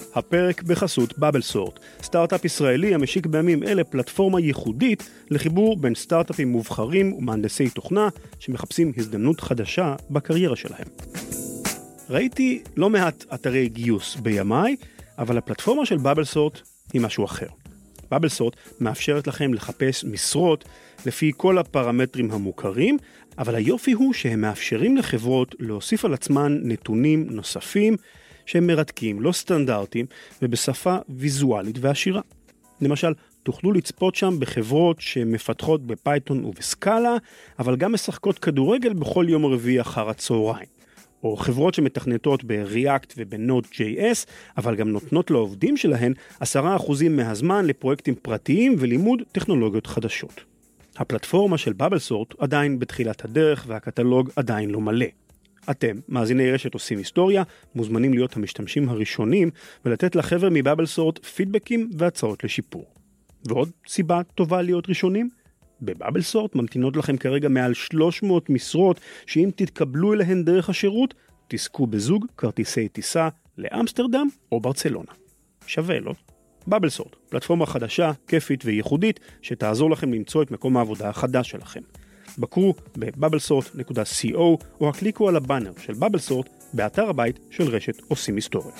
הפרק בחסות בבלסורט, סטארט-אפ ישראלי המשיק בימים אלה פלטפורמה ייחודית לחיבור בין סטארט-אפים מובחרים ומהנדסי תוכנה שמחפשים הזדמנות חדשה בקריירה שלהם. ראיתי לא מעט אתרי גיוס בימיי, אבל הפלטפורמה של בבלסורט היא משהו אחר. בבלסורט מאפשרת לכם לחפש משרות לפי כל הפרמטרים המוכרים, אבל היופי הוא שהם מאפשרים לחברות להוסיף על עצמן נתונים נוספים שהם מרתקים, לא סטנדרטיים, ובשפה ויזואלית ועשירה. למשל, תוכלו לצפות שם בחברות שמפתחות בפייתון ובסקאלה, אבל גם משחקות כדורגל בכל יום רביעי אחר הצהריים. או חברות שמתכנתות ב-React וב-Node.js, אבל גם נותנות לעובדים שלהן 10% מהזמן לפרויקטים פרטיים ולימוד טכנולוגיות חדשות. הפלטפורמה של בבלסורט עדיין בתחילת הדרך והקטלוג עדיין לא מלא. אתם, מאזיני רשת עושים היסטוריה, מוזמנים להיות המשתמשים הראשונים ולתת לחבר מבבלסורט פידבקים והצעות לשיפור. ועוד סיבה טובה להיות ראשונים? בבבלסורט ממתינות לכם כרגע מעל 300 משרות שאם תתקבלו אליהן דרך השירות, תזכו בזוג כרטיסי טיסה לאמסטרדם או ברצלונה. שווה, לא? בבלסורט, פלטפורמה חדשה, כיפית וייחודית שתעזור לכם למצוא את מקום העבודה החדש שלכם. בקרו ב-bubblesort.co או הקליקו על הבאנר של בבלסורט באתר הבית של רשת עושים היסטוריה.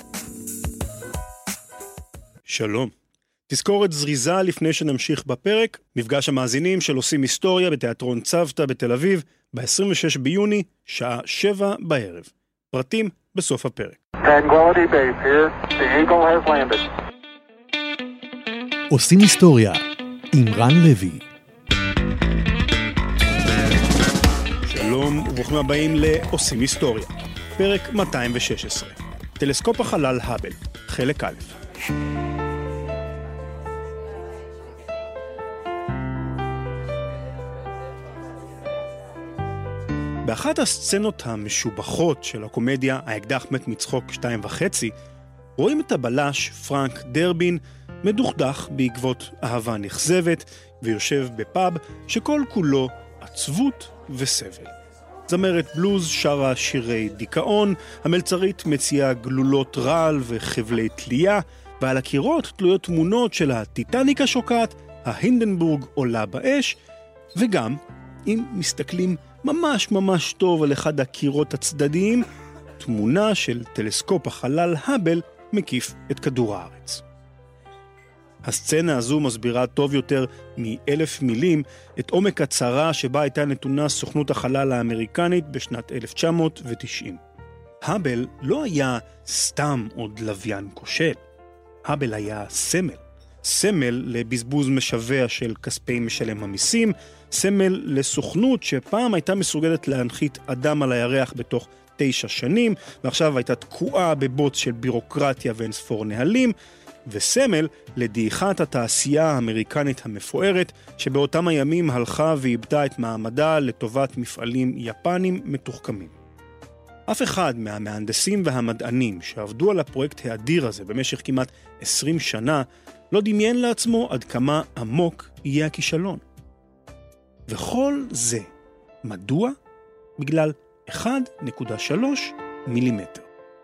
שלום. תזכורת זריזה לפני שנמשיך בפרק, מפגש המאזינים של עושים היסטוריה בתיאטרון צוותא בתל אביב, ב-26 ביוני, שעה 7 בערב. פרטים בסוף הפרק. עושים היסטוריה עם רן לוי. שלום וברוכים הבאים לעושים היסטוריה, פרק 216, טלסקופ החלל האבל, חלק א'. באחת הסצנות המשובחות של הקומדיה האקדח מת מצחוק 2.5, רואים את הבלש פרנק דרבין מדוכדך בעקבות אהבה נכזבת ויושב בפאב שכל כולו עצבות וסבל. זמרת בלוז שרה שירי דיכאון, המלצרית מציעה גלולות רעל וחבלי תלייה, ועל הקירות תלויות תמונות של הטיטניק השוקעת, ההינדנבורג עולה באש, וגם, אם מסתכלים ממש טוב על אחד הקירות הצדדיים, תמונה של טלסקופ החלל האבל מקיף את כדור הארץ. הסצנה הזו מסבירה טוב יותר מ1,000 מילים את עומק הצרה שבה הייתה נתונה סוכנות החלל האמריקנית בשנת 1990. האבל לא היה סתם עוד לוויין כושל. האבל היה סמל לבזבוז משווע של כספי משלם המיסים, סמל לסוכנות שפעם הייתה מסוגלת להנחית אדם על הירח בתוך 9 שנים, ועכשיו הייתה תקועה בבוץ של בירוקרטיה ואין ספור נהלים, וסמל לדעיכת התעשייה האמריקנית המפוארת, שבאותם הימים הלכה ואיבדה את מעמדה לטובת מפעלים יפנים מתוחכמים. אף אחד מהמהנדסים והמדענים שעבדו על הפרויקט האדיר הזה במשך כמעט 20 שנה, לא דמיין לעצמו עד כמה עמוק יהיה הכישלון. וכל זה, מדוע? בגלל 1.3 מילימטר.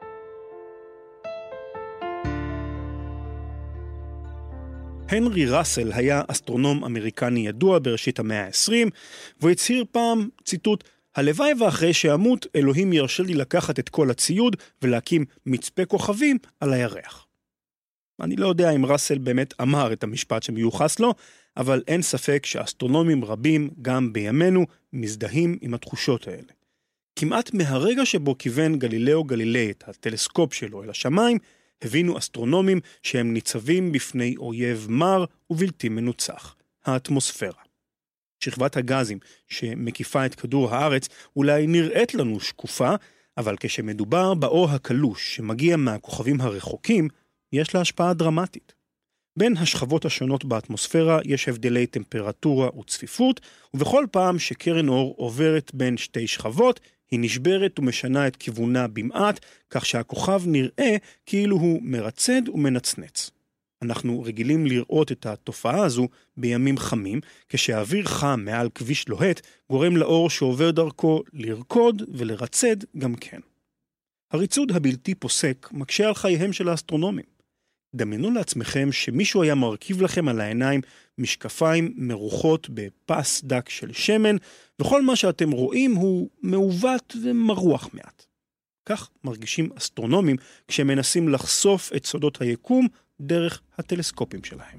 הנרי ראסל היה אסטרונום אמריקני ידוע בראשית המאה ה-20, והוא הצהיר פעם, ציטוט, הלוואי ואחרי שאמות, אלוהים ירשה לי לקחת את כל הציוד ולהקים מצפה כוכבים על הירח. אני לא יודע אם ראסל באמת אמר את המשפט שמיוחס לו, אבל אין ספק שאסטרונומים רבים, גם בימינו, מזדהים עם התחושות האלה. כמעט מהרגע שבו כיוון גלילאו גלילי את הטלסקופ שלו אל השמיים, הבינו אסטרונומים שהם ניצבים בפני אויב מר ובלתי מנוצח, האטמוספירה. שכבת הגזים שמקיפה את כדור הארץ אולי נראית לנו שקופה, אבל כשמדובר באור הקלוש שמגיע מהכוכבים הרחוקים, יש לה השפעה דרמטית. בין השכבות השונות באטמוספירה יש הבדלי טמפרטורה וצפיפות, ובכל פעם שקרן אור עוברת בין שתי שכבות, היא נשברת ומשנה את כיוונה במעט, כך שהכוכב נראה כאילו הוא מרצד ומנצנץ. אנחנו רגילים לראות את התופעה הזו בימים חמים, כשהאוויר חם מעל כביש לוהט גורם לאור שעובר דרכו לרקוד ולרצד גם כן. הריצוד הבלתי פוסק מקשה על חייהם של האסטרונומים. דמיינו לעצמכם שמישהו היה מרכיב לכם על העיניים משקפיים מרוחות בפס דק של שמן, וכל מה שאתם רואים הוא מעוות ומרוח מעט. כך מרגישים אסטרונומים כשהם מנסים לחשוף את סודות היקום דרך הטלסקופים שלהם.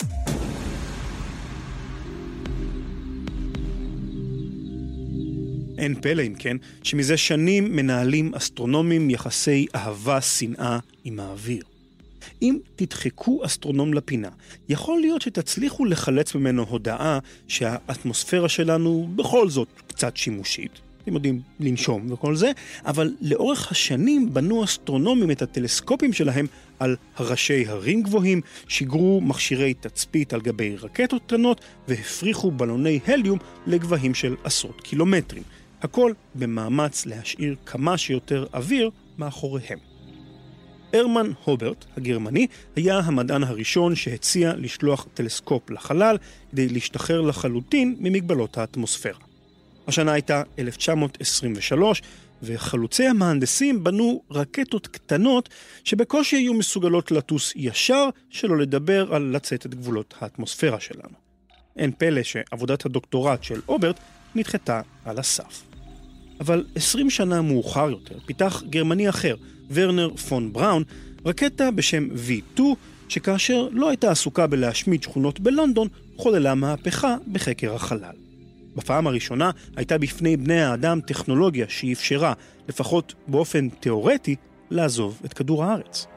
אין פלא אם כן, שמזה שנים מנהלים אסטרונומים יחסי אהבה-שנאה עם האוויר. אם תדחקו אסטרונום לפינה, יכול להיות שתצליחו לחלץ ממנו הודעה שהאטמוספירה שלנו בכל זאת קצת שימושית. אתם יודעים, לנשום וכל זה, אבל לאורך השנים בנו אסטרונומים את הטלסקופים שלהם על הראשי הרים גבוהים, שיגרו מכשירי תצפית על גבי רקטות קטנות, והפריחו בלוני הליום לגבהים של עשרות קילומטרים. הכל במאמץ להשאיר כמה שיותר אוויר מאחוריהם. הרמן הוברט, הגרמני, היה המדען הראשון שהציע לשלוח טלסקופ לחלל כדי להשתחרר לחלוטין ממגבלות האטמוספירה. השנה הייתה 1923, וחלוצי המהנדסים בנו רקטות קטנות שבקושי היו מסוגלות לטוס ישר, שלא לדבר על לצאת את גבולות האטמוספירה שלנו. אין פלא שעבודת הדוקטורט של הוברט נדחתה על הסף. אבל 20 שנה מאוחר יותר פיתח גרמני אחר, ורנר פון בראון, רקטה בשם V2, שכאשר לא הייתה עסוקה בלהשמיד שכונות בלונדון, חוללה מהפכה בחקר החלל. בפעם הראשונה הייתה בפני בני האדם טכנולוגיה שאפשרה, לפחות באופן תיאורטי, לעזוב את כדור הארץ.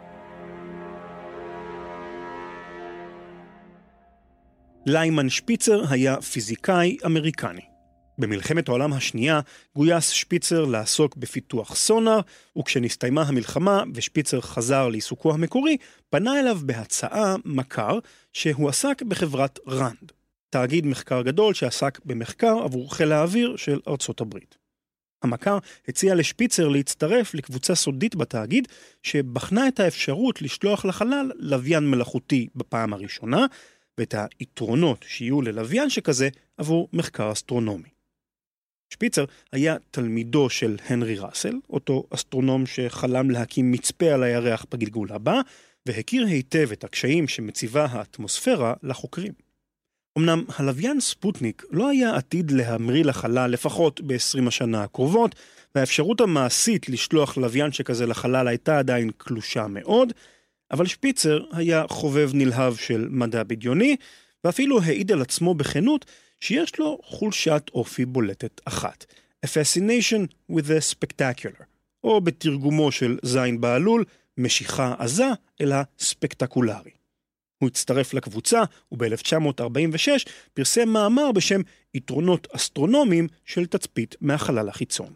ליימן שפיצר היה פיזיקאי אמריקני. במלחמת העולם השנייה גויס שפיצר לעסוק בפיתוח סונאר, וכשנסתיימה המלחמה ושפיצר חזר לעיסוקו המקורי, פנה אליו בהצעה מכר שהוא עסק בחברת רנד, תאגיד מחקר גדול שעסק במחקר עבור חיל האוויר של ארצות הברית. המכר הציע לשפיצר להצטרף לקבוצה סודית בתאגיד שבחנה את האפשרות לשלוח לחלל לוויין מלאכותי בפעם הראשונה, ואת היתרונות שיהיו ללוויין שכזה עבור מחקר אסטרונומי. שפיצר היה תלמידו של הנרי ראסל, אותו אסטרונום שחלם להקים מצפה על הירח בגלגול הבא, והכיר היטב את הקשיים שמציבה האטמוספירה לחוקרים. אמנם הלוויין ספוטניק לא היה עתיד להמריא לחלל לפחות ב-20 השנה הקרובות, והאפשרות המעשית לשלוח לוויין שכזה לחלל הייתה עדיין קלושה מאוד, אבל שפיצר היה חובב נלהב של מדע בדיוני, ואפילו העיד על עצמו בכנות שיש לו חולשת אופי בולטת אחת, a fascination with the spectacular, או בתרגומו של זין בעלול, משיכה עזה אל הספקטקולרי. הוא הצטרף לקבוצה, וב-1946 פרסם מאמר בשם יתרונות אסטרונומיים של תצפית מהחלל החיצון.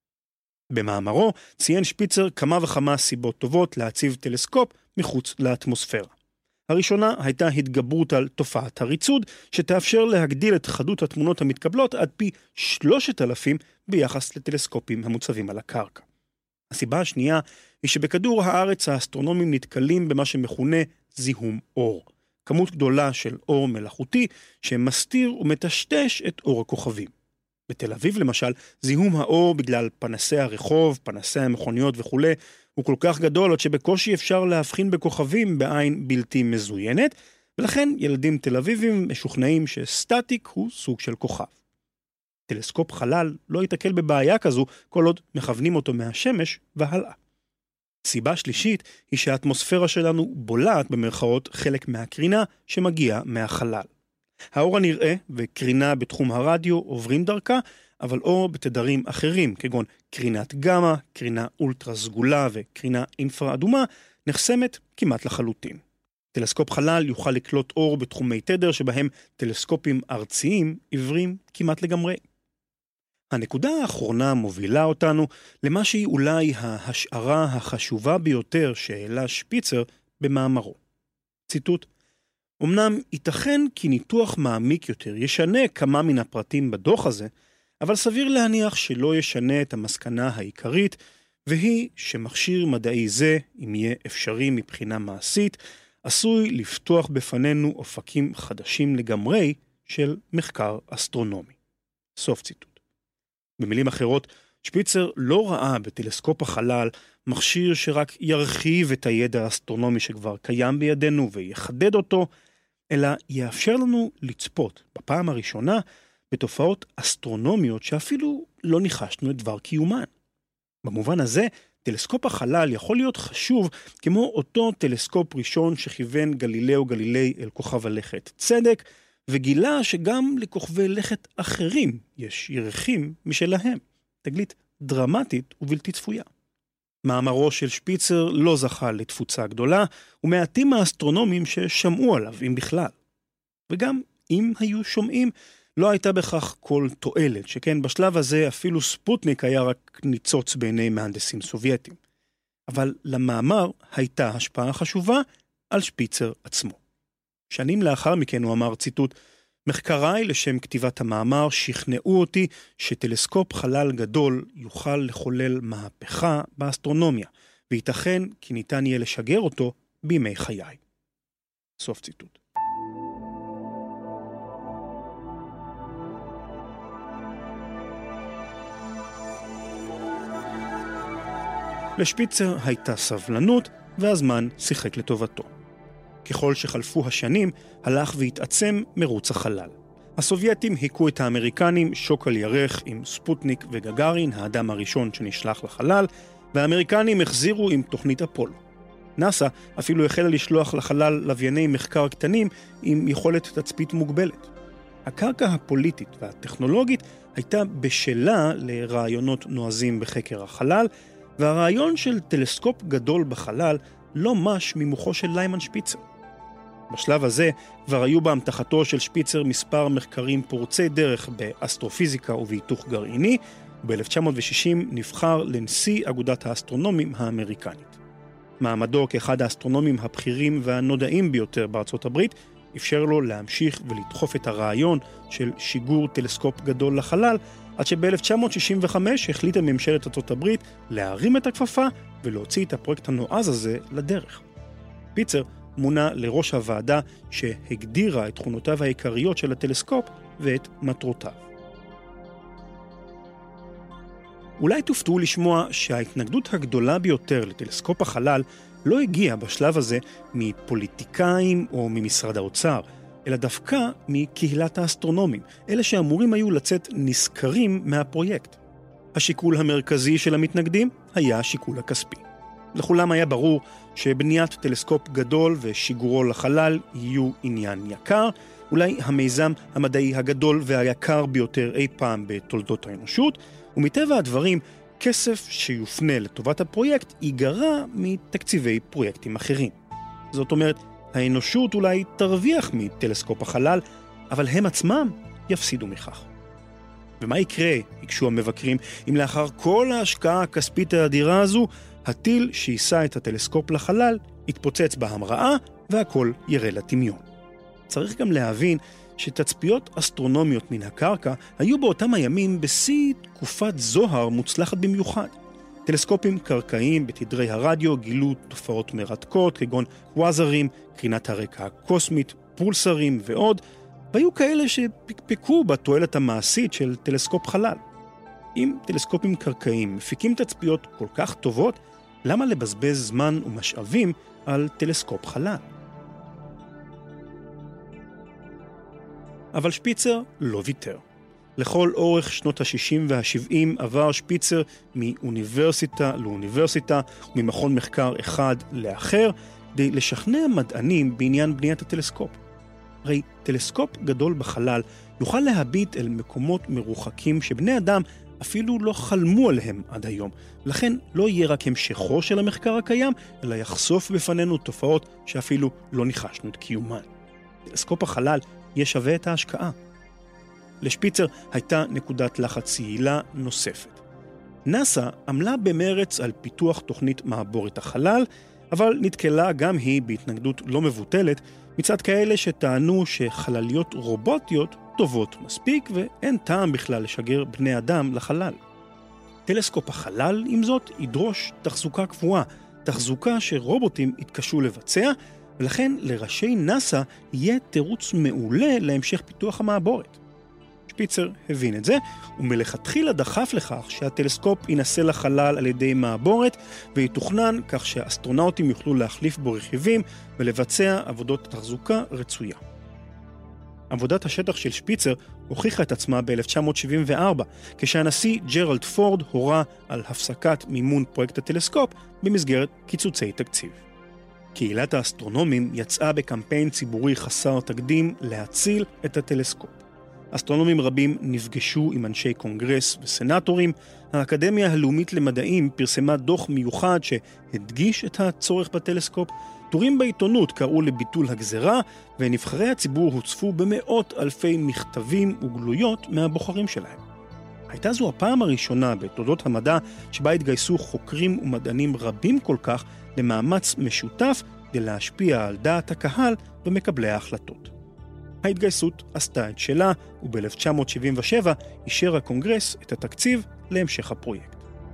במאמרו ציין שפיצר כמה וכמה סיבות טובות להציב טלסקופ מחוץ לאטמוספירה. הראשונה הייתה התגברות על תופעת הריצוד, שתאפשר להגדיל את חדות התמונות המתקבלות עד פי 3,000 ביחס לטלסקופים המוצבים על הקרקע. הסיבה השנייה היא שבכדור הארץ האסטרונומים נתקלים במה שמכונה זיהום אור, כמות גדולה של אור מלאכותי שמסתיר ומטשטש את אור הכוכבים. בתל אביב למשל, זיהום האור בגלל פנסי הרחוב, פנסי המכוניות וכו', הוא כל כך גדול עד שבקושי אפשר להבחין בכוכבים בעין בלתי מזוינת, ולכן ילדים תל אביבים משוכנעים שסטטיק הוא סוג של כוכב. טלסקופ חלל לא יתקל בבעיה כזו כל עוד מכוונים אותו מהשמש והלאה. סיבה שלישית היא שהאטמוספירה שלנו בולעת במרכאות חלק מהקרינה שמגיעה מהחלל. האור הנראה וקרינה בתחום הרדיו עוברים דרכה, אבל אור בתדרים אחרים, כגון קרינת גמא, קרינה אולטרה סגולה וקרינה אינפרה אדומה, נחסמת כמעט לחלוטין. טלסקופ חלל יוכל לקלוט אור בתחומי תדר שבהם טלסקופים ארציים עיוורים כמעט לגמרי. הנקודה האחרונה מובילה אותנו למה שהיא אולי ההשערה החשובה ביותר שהעלה שפיצר במאמרו. ציטוט: אמנם ייתכן כי ניתוח מעמיק יותר ישנה כמה מן הפרטים בדוח הזה, אבל סביר להניח שלא ישנה את המסקנה העיקרית, והיא שמכשיר מדעי זה, אם יהיה אפשרי מבחינה מעשית, עשוי לפתוח בפנינו אופקים חדשים לגמרי של מחקר אסטרונומי. סוף ציטוט. במילים אחרות, שפיצר לא ראה בטלסקופ החלל מכשיר שרק ירחיב את הידע האסטרונומי שכבר קיים בידינו ויחדד אותו, אלא יאפשר לנו לצפות בפעם הראשונה בתופעות אסטרונומיות שאפילו לא ניחשנו את דבר קיומן. במובן הזה, טלסקופ החלל יכול להיות חשוב כמו אותו טלסקופ ראשון שכיוון גלילאו גלילי אל כוכב הלכת צדק, וגילה שגם לכוכבי לכת אחרים יש ירחים משלהם. תגלית דרמטית ובלתי צפויה. מאמרו של שפיצר לא זכה לתפוצה גדולה, ומעטים האסטרונומים ששמעו עליו, אם בכלל. וגם אם היו שומעים, לא הייתה בכך כל תועלת, שכן בשלב הזה אפילו ספוטניק היה רק ניצוץ בעיני מהנדסים סובייטים. אבל למאמר הייתה השפעה חשובה על שפיצר עצמו. שנים לאחר מכן הוא אמר, ציטוט, מחקריי לשם כתיבת המאמר שכנעו אותי שטלסקופ חלל גדול יוכל לחולל מהפכה באסטרונומיה, וייתכן כי ניתן יהיה לשגר אותו בימי חיי. סוף ציטוט. לשפיצר הייתה סבלנות, והזמן שיחק לטובתו. ככל שחלפו השנים, הלך והתעצם מרוץ החלל. הסובייטים היכו את האמריקנים שוק על ירך עם ספוטניק וגגארין, האדם הראשון שנשלח לחלל, והאמריקנים החזירו עם תוכנית אפולו. נאסא אפילו החלה לשלוח לחלל לווייני מחקר קטנים עם יכולת תצפית מוגבלת. הקרקע הפוליטית והטכנולוגית הייתה בשלה לרעיונות נועזים בחקר החלל, והרעיון של טלסקופ גדול בחלל לא מש ממוחו של ליימן שפיצר. בשלב הזה כבר היו בהמתחתו של שפיצר מספר מחקרים פורצי דרך באסטרופיזיקה ובהיתוך גרעיני, וב-1960 נבחר לנשיא אגודת האסטרונומים האמריקנית. מעמדו כאחד האסטרונומים הבכירים והנודעים ביותר בארצות הברית, אפשר לו להמשיך ולדחוף את הרעיון של שיגור טלסקופ גדול לחלל, עד שב-1965 החליטה ממשלת ארצות הברית להרים את הכפפה ולהוציא את הפרויקט הנועז הזה לדרך. שפיצר מונה לראש הוועדה שהגדירה את תכונותיו העיקריות של הטלסקופ ואת מטרותיו. אולי תופתעו לשמוע שההתנגדות הגדולה ביותר לטלסקופ החלל לא הגיעה בשלב הזה מפוליטיקאים או ממשרד האוצר, אלא דווקא מקהילת האסטרונומים, אלה שאמורים היו לצאת נשכרים מהפרויקט. השיקול המרכזי של המתנגדים היה השיקול הכספי. לכולם היה ברור שבניית טלסקופ גדול ושיגורו לחלל יהיו עניין יקר, אולי המיזם המדעי הגדול והיקר ביותר אי פעם בתולדות האנושות, ומטבע הדברים, כסף שיופנה לטובת הפרויקט ייגרע מתקציבי פרויקטים אחרים. זאת אומרת, האנושות אולי תרוויח מטלסקופ החלל, אבל הם עצמם יפסידו מכך. ומה יקרה, יקשו המבקרים, אם לאחר כל ההשקעה הכספית האדירה הזו, הטיל שיישא את הטלסקופ לחלל יתפוצץ בהמראה והכל יראה לטמיון. צריך גם להבין שתצפיות אסטרונומיות מן הקרקע היו באותם הימים בשיא תקופת זוהר מוצלחת במיוחד. טלסקופים קרקעיים בתדרי הרדיו גילו תופעות מרתקות כגון וואזרים, קרינת הרקע הקוסמית, פולסרים ועוד, והיו כאלה שפקפקו בתועלת המעשית של טלסקופ חלל. אם טלסקופים קרקעיים מפיקים תצפיות כל כך טובות, למה לבזבז זמן ומשאבים על טלסקופ חלל? אבל שפיצר לא ויתר. לכל אורך שנות ה-60 וה-70 עבר שפיצר מאוניברסיטה לאוניברסיטה וממכון מחקר אחד לאחר, כדי לשכנע מדענים בעניין בניית הטלסקופ. הרי טלסקופ גדול בחלל יוכל להביט אל מקומות מרוחקים שבני אדם אפילו לא חלמו עליהם עד היום. לכן לא יהיה רק המשכו של המחקר הקיים, אלא יחשוף בפנינו תופעות שאפילו לא ניחשנו את קיומן. טלסקופ החלל יהיה שווה את ההשקעה. לשפיצר הייתה נקודת לחץ יעילה נוספת. נאסא עמלה במרץ על פיתוח תוכנית מעבורת החלל, אבל נתקלה גם היא בהתנגדות לא מבוטלת מצד כאלה שטענו שחלליות רובוטיות טובות מספיק ואין טעם בכלל לשגר בני אדם לחלל. טלסקופ החלל, עם זאת, ידרוש תחזוקה קבועה, תחזוקה שרובוטים יתקשו לבצע, ולכן לראשי נאסא יהיה תירוץ מעולה להמשך פיתוח המעבורת. שפיצר הבין את זה, ומלכתחילה דחף לכך שהטלסקופ ינסה לחלל על ידי מעבורת, ויתוכנן כך שהאסטרונאוטים יוכלו להחליף בו רכיבים ולבצע עבודות תחזוקה רצויה. עבודת השטח של שפיצר הוכיחה את עצמה ב-1974, כשהנשיא ג'רלד פורד הורה על הפסקת מימון פרויקט הטלסקופ במסגרת קיצוצי תקציב. קהילת האסטרונומים יצאה בקמפיין ציבורי חסר תקדים להציל את הטלסקופ. אסטרונומים רבים נפגשו עם אנשי קונגרס וסנטורים. האקדמיה הלאומית למדעים פרסמה דוח מיוחד שהדגיש את הצורך בטלסקופ. טורים בעיתונות קראו לביטול הגזרה, ונבחרי הציבור הוצפו במאות אלפי מכתבים וגלויות מהבוחרים שלהם. הייתה זו הפעם הראשונה בתולדות המדע שבה התגייסו חוקרים ומדענים רבים כל כך למאמץ משותף כדי להשפיע על דעת הקהל ומקבלי ההחלטות. ההתגייסות עשתה את שלה, וב-1977 אישר הקונגרס את התקציב להמשך הפרויקט.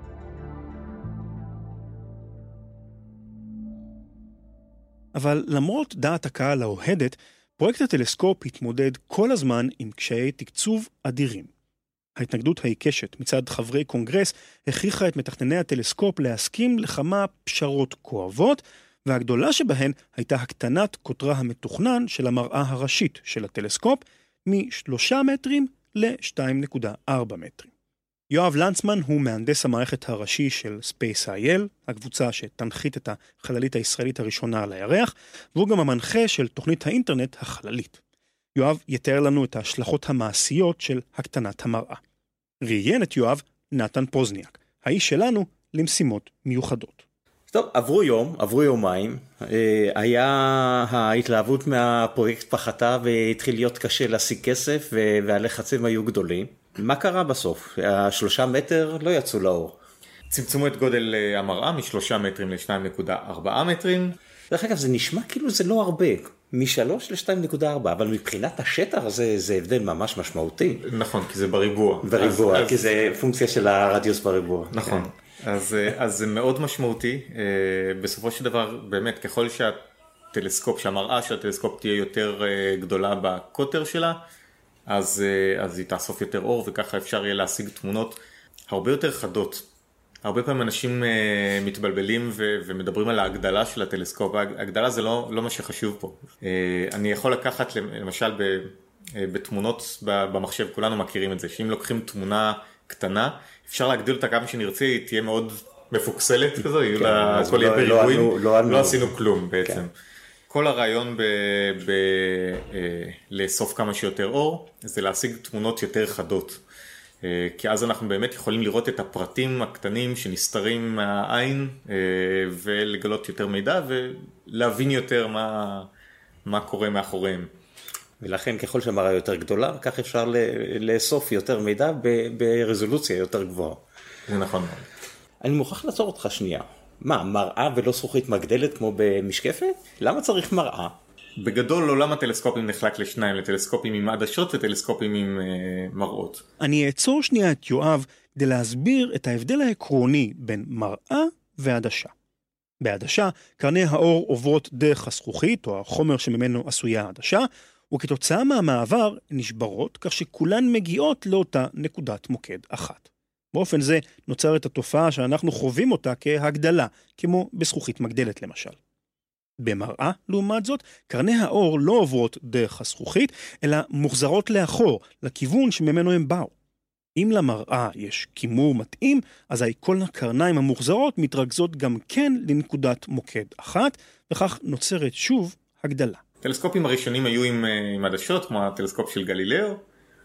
אבל למרות דעת הקהל האוהדת, פרויקט הטלסקופ התמודד כל הזמן עם קשיי תקצוב אדירים. ההתנגדות העיקשת מצד חברי קונגרס הכריחה את מתכנני הטלסקופ להסכים לכמה פשרות כואבות, והגדולה שבהן הייתה הקטנת קוטרה המתוכנן של המראה הראשית של הטלסקופ מ-3 מטרים ל-2.4 מטרים. יואב לנצמן הוא מהנדס המערכת הראשי של Space.il, הקבוצה שתנחית את החללית הישראלית הראשונה על הירח, והוא גם המנחה של תוכנית האינטרנט החללית. יואב יתאר לנו את ההשלכות המעשיות של הקטנת המראה. ראיין את יואב נתן פוזניאק, האיש שלנו למשימות מיוחדות. טוב, עברו יומיים, היה ההתלהבות מהפרויקט פחתה והתחיל להיות קשה להשיג כסף והלחצים היו גדולים. מה קרה בסוף? 3 מטר לא יצאו לאור. צמצמו את גודל המראה מ3 מטרים ל2.4 מטרים. דרך אגב, זה נשמע כאילו זה לא הרבה, מ3 ל2.4, אבל מבחינת השטח זה הבדל ממש משמעותי. נכון, כי זה בריבוע. כי זה פונקציה של הרדיוס בריבוע. נכון. אז זה מאוד משמעותי. בסופו של דבר, באמת, ככל שהמראה של הטלסקופ תהיה יותר גדולה בקוטר שלה, אז היא תאסוף יותר אור, וככה אפשר יהיה להשיג תמונות הרבה יותר חדות. הרבה פעמים אנשים מתבלבלים ומדברים על ההגדלה של הטלסקופ. ההגדלה זה לא מה שחשוב פה. אני יכול לקחת למשל בתמונות במחשב, כולנו מכירים את זה, שאם לוקחים תמונה קטנה, אפשר להגדיל אותה כמה שנרצה, היא תהיה מאוד מפוקסלת כזו, הכל יהיה בריבועים, לא עשינו כלום בעצם. כל הרעיון לאסוף כמה שיותר אור, זה להשיג תמונות יותר חדות. כי אז אנחנו באמת יכולים לראות את הפרטים הקטנים שנסתרים מהעין, ולגלות יותר מידע, ולהבין יותר מה קורה מאחוריהם. ולכן ככל שהמראה יותר גדולה, כך אפשר לאסוף יותר מידע ברזולוציה יותר גבוהה. זה נכון מאוד. אני מוכרח לעצור אותך שנייה. מה, מראה ולא זכוכית מגדלת כמו במשקפת? למה צריך מראה? בגדול עולם הטלסקופים נחלק לשניים, לטלסקופים עם עדשות וטלסקופים עם מראות. אני אעצור שנייה את יואב כדי להסביר את ההבדל העקרוני בין מראה ועדשה. בעדשה, קרני האור עוברות דרך הזכוכית או החומר שממנו עשויה העדשה, וכתוצאה מהמעבר נשברות כך שכולן מגיעות לאותה נקודת מוקד אחת. באופן זה נוצרת התופעה שאנחנו חווים אותה כהגדלה, כמו בזכוכית מגדלת למשל. במראה, לעומת זאת, קרני האור לא עוברות דרך הזכוכית, אלא מוחזרות לאחור, לכיוון שממנו הם באו. אם למראה יש כימור מתאים, אזי כל הקרניים המוחזרות מתרכזות גם כן לנקודת מוקד אחת, וכך נוצרת שוב הגדלה. הטלסקופים הראשונים היו עם עדשות, כמו הטלסקופ של גלילאו,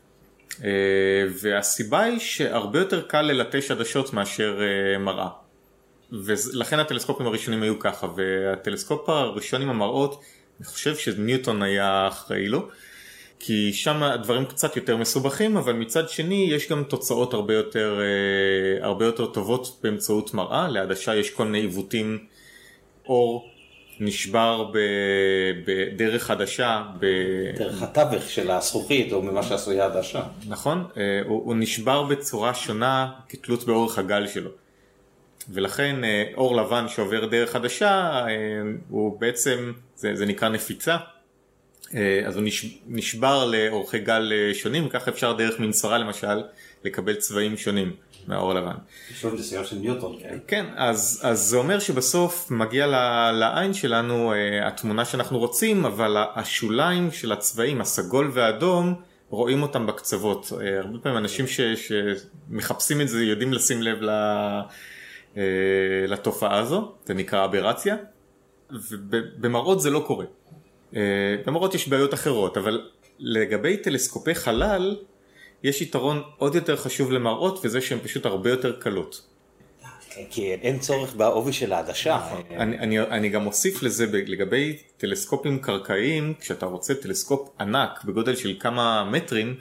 והסיבה היא שהרבה יותר קל ללטש עדשות מאשר מראה. ולכן הטלסקופים הראשונים היו ככה, והטלסקופ הראשון עם המראות, אני חושב שניוטון היה אחראי לו, כי שם הדברים קצת יותר מסובכים, אבל מצד שני יש גם תוצאות הרבה יותר טובות באמצעות מראה. לעדשה יש כל מיני עיוותים, אור נשבר בדרך עדשה, דרך התווך של הזכוכית או ממה שעשויה עדשה. נכון, הוא נשבר בצורה שונה כתלות באורך הגל שלו. ולכן אור לבן שעובר דרך עדשה, הוא בעצם, זה נקרא נפיצה, אז הוא נשבר לאורכי גל שונים, וכך אפשר דרך מנסרה למשל לקבל צבעים שונים מהאור הלבן. שוב ניסיון של ניוטון, כן? כן, אז זה אומר שבסוף מגיע לעין שלנו התמונה שאנחנו רוצים, אבל השוליים של הצבעים, הסגול והאדום, רואים אותם בקצוות. הרבה פעמים אנשים שמחפשים את זה יודעים לשים לב לתופעה הזו, זה נקרא אברציה, ובמראות זה לא קורה. במראות יש בעיות אחרות, אבל לגבי טלסקופי חלל, יש יתרון עוד יותר חשוב למראות, וזה שהן פשוט הרבה יותר קלות. כי אין צורך בעובי של העדשה. אני גם מוסיף לזה, לגבי טלסקופים קרקעיים, כשאתה רוצה טלסקופ ענק בגודל של כמה מטרים,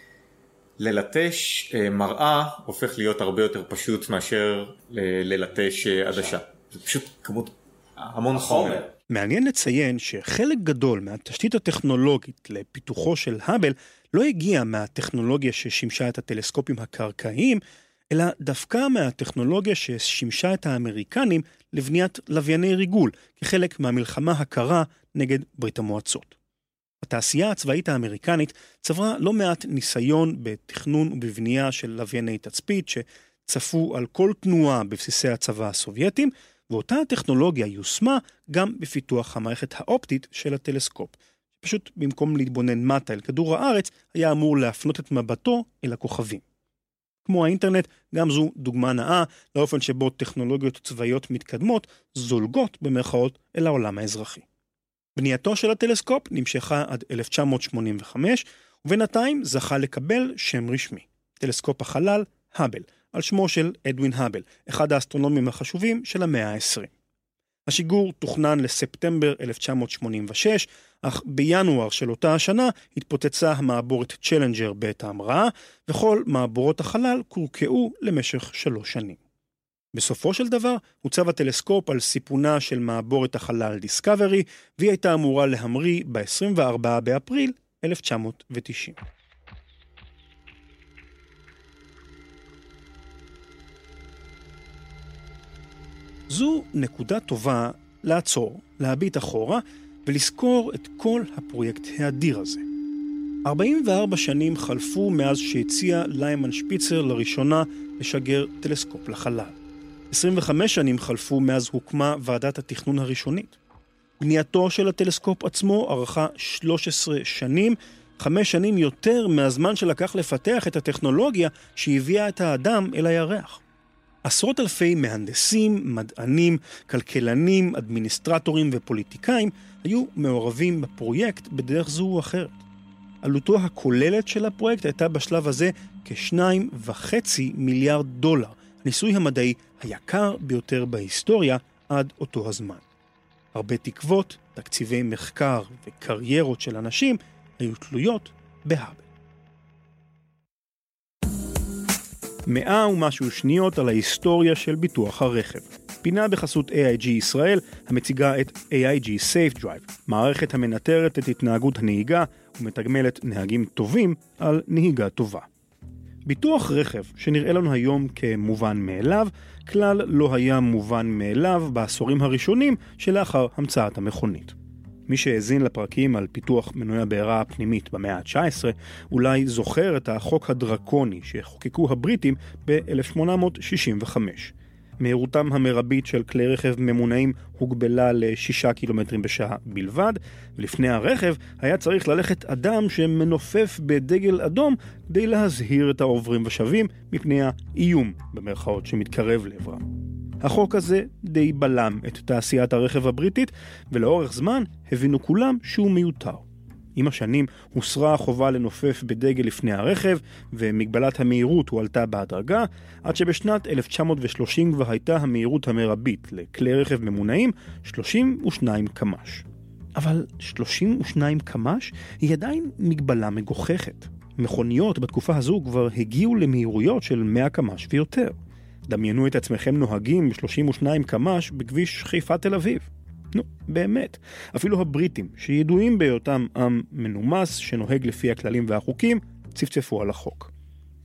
ללטש מראה הופך להיות הרבה יותר פשוט מאשר ללטש עדשה. זה פשוט כמות המון חומר. מעניין לציין שחלק גדול מהתשתית הטכנולוגית לפיתוחו של האבל לא הגיע מהטכנולוגיה ששימשה את הטלסקופים הקרקעיים, אלא דווקא מהטכנולוגיה ששימשה את האמריקנים לבניית לווייני ריגול, כחלק מהמלחמה הקרה נגד ברית המועצות. התעשייה הצבאית האמריקנית צברה לא מעט ניסיון בתכנון ובבנייה של לווייני תצפית שצפו על כל תנועה בבסיסי הצבא הסובייטים, ואותה הטכנולוגיה יושמה גם בפיתוח המערכת האופטית של הטלסקופ. פשוט במקום להתבונן מטה אל כדור הארץ, היה אמור להפנות את מבטו אל הכוכבים. כמו האינטרנט, גם זו דוגמה נאה לאופן שבו טכנולוגיות צבאיות מתקדמות זולגות במרכאות אל העולם האזרחי. בנייתו של הטלסקופ נמשכה עד 1985, ובינתיים זכה לקבל שם רשמי. טלסקופ החלל, האבל, על שמו של אדווין האבל, אחד האסטרונומים החשובים של המאה ה-20. השיגור תוכנן לספטמבר 1986, אך בינואר של אותה השנה התפוצצה המעבורת צ'לנג'ר בעת ההמראה, וכל מעבורות החלל קורקעו למשך 3 שנים. בסופו של דבר הוצב הטלסקופ על סיפונה של מעבורת החלל דיסקאברי, והיא הייתה אמורה להמריא ב-24 באפריל 1990. זו נקודה טובה לעצור, להביט אחורה ולזכור את כל הפרויקט האדיר הזה. 44 שנים חלפו מאז שהציע ליימן שפיצר לראשונה לשגר טלסקופ לחלל. 25 שנים חלפו מאז הוקמה ועדת התכנון הראשונית. בנייתו של הטלסקופ עצמו ארכה 13 שנים, 5 שנים יותר מהזמן שלקח לפתח את הטכנולוגיה שהביאה את האדם אל הירח. עשרות אלפי מהנדסים, מדענים, כלכלנים, אדמיניסטרטורים ופוליטיקאים היו מעורבים בפרויקט בדרך זו או אחרת. עלותו הכוללת של הפרויקט הייתה בשלב הזה כ$2.5 מיליארד, הניסוי המדעי היקר ביותר בהיסטוריה עד אותו הזמן. הרבה תקוות, תקציבי מחקר וקריירות של אנשים היו תלויות בהאבל. 100 ומשהו שניות על ההיסטוריה של ביטוח הרכב. פינה בחסות AIG ישראל, המציגה את AIG Safe Drive, מערכת המנטרת את התנהגות הנהיגה ומתגמלת נהגים טובים על נהיגה טובה. ביטוח רכב, שנראה לנו היום כמובן מאליו, כלל לא היה מובן מאליו בעשורים הראשונים שלאחר המצאת המכונית. מי שהאזין לפרקים על פיתוח מנועי הבעירה הפנימית במאה ה-19, אולי זוכר את החוק הדרקוני שחוקקו הבריטים ב-1865. מהירותם המרבית של כלי רכב ממונעים הוגבלה ל6 קילומטרים בשעה בלבד, ולפני הרכב היה צריך ללכת אדם שמנופף בדגל אדום כדי להזהיר את העוברים ושבים מפני האיום במרכאות שמתקרב לעברם. החוק הזה די בלם את תעשיית הרכב הבריטית, ולאורך זמן הבינו כולם שהוא מיותר. עם השנים הוסרה החובה לנופף בדגל לפני הרכב, ומגבלת המהירות הועלתה בהדרגה, עד שבשנת 1930 כבר הייתה המהירות המרבית לכלי רכב ממונעים 32 קמ"ש. אבל 32 קמ"ש היא עדיין מגבלה מגוחכת. מכוניות בתקופה הזו כבר הגיעו למהירויות של 100 קמ"ש ויותר. דמיינו את עצמכם נוהגים ב-32 קמ"ש בכביש חיפה תל אביב. נו, באמת. אפילו הבריטים, שידועים בהיותם עם מנומס שנוהג לפי הכללים והחוקים, צפצפו על החוק.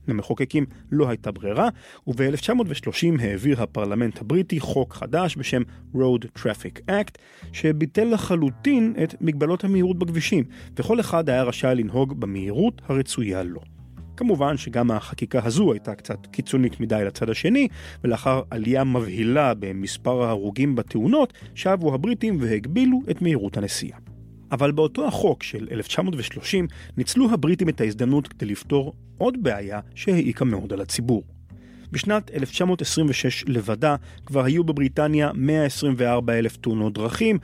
למחוקקים לא הייתה ברירה, וב-1930 העביר הפרלמנט הבריטי חוק חדש בשם Road Traffic Act, שביטל לחלוטין את מגבלות המהירות בכבישים, וכל אחד היה רשאי לנהוג במהירות הרצויה לו. כמובן שגם החקיקה הזו הייתה קצת קיצונית מדי לצד השני, ולאחר עלייה מבהילה במספר ההרוגים בתאונות, שבו הבריטים והגבילו את מהירות הנסיעה. אבל באותו החוק של 1930 ניצלו הבריטים את ההזדמנות כדי לפתור עוד בעיה שהעיקה מאוד על הציבור. בשנת 1926 לבדה כבר היו בבריטניה 124,000 תאונות דרכים,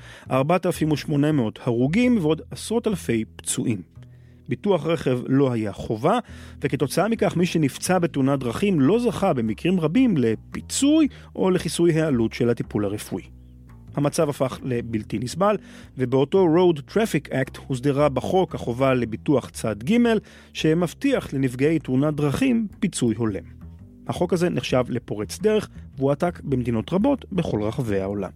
4,800 הרוגים ועוד עשרות אלפי פצועים. ביטוח רכב לא היה חובה, וכתוצאה מכך מי שנפצע בתאונת דרכים לא זכה במקרים רבים לפיצוי או לכיסוי העלות של הטיפול הרפואי. המצב הפך לבלתי נסבל, ובאותו Road Traffic Act הוסדרה בחוק החובה לביטוח צד ג' שמבטיח לנפגעי תאונת דרכים פיצוי הולם. החוק הזה נחשב לפורץ דרך והועתק במדינות רבות בכל רחבי העולם.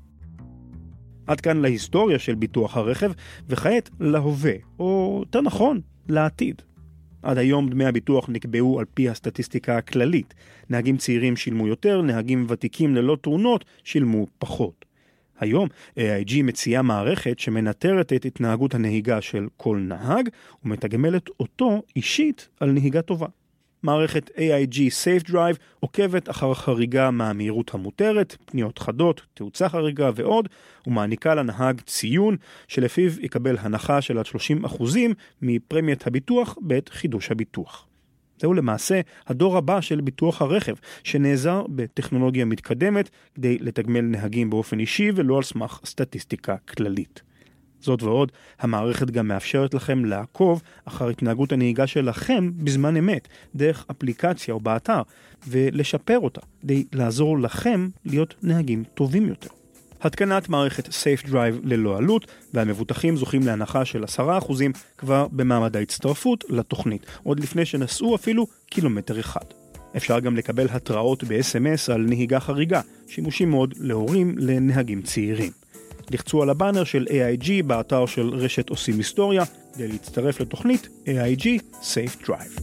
עד כאן להיסטוריה של ביטוח הרכב, וכעת להווה, או יותר נכון, לעתיד. עד היום דמי הביטוח נקבעו על פי הסטטיסטיקה הכללית. נהגים צעירים שילמו יותר, נהגים ותיקים ללא תאונות שילמו פחות. היום AIG מציעה מערכת שמנטרת את התנהגות הנהיגה של כל נהג, ומתגמלת אותו אישית על נהיגה טובה. מערכת AIG Safe Drive עוקבת אחר חריגה מהמהירות המותרת, פניות חדות, תאוצה חריגה ועוד, ומעניקה לנהג ציון שלפיו יקבל הנחה של עד 30% מפרמיית הביטוח בעת חידוש הביטוח. זהו למעשה הדור הבא של ביטוח הרכב, שנעזר בטכנולוגיה מתקדמת כדי לתגמל נהגים באופן אישי ולא על סמך סטטיסטיקה כללית. זאת ועוד, המערכת גם מאפשרת לכם לעקוב אחר התנהגות הנהיגה שלכם בזמן אמת, דרך אפליקציה או באתר, ולשפר אותה, כדי לעזור לכם להיות נהגים טובים יותר. התקנת מערכת Safe Drive ללא עלות, והמבוטחים זוכים להנחה של 10% כבר במעמד ההצטרפות לתוכנית, עוד לפני שנסעו אפילו קילומטר אחד. אפשר גם לקבל התראות ב-SMS על נהיגה חריגה, שימושים מאוד להורים לנהגים צעירים. לחצו על הבאנר של AIG באתר של רשת עושים היסטוריה כדי להצטרף לתוכנית AIG Safe Drive.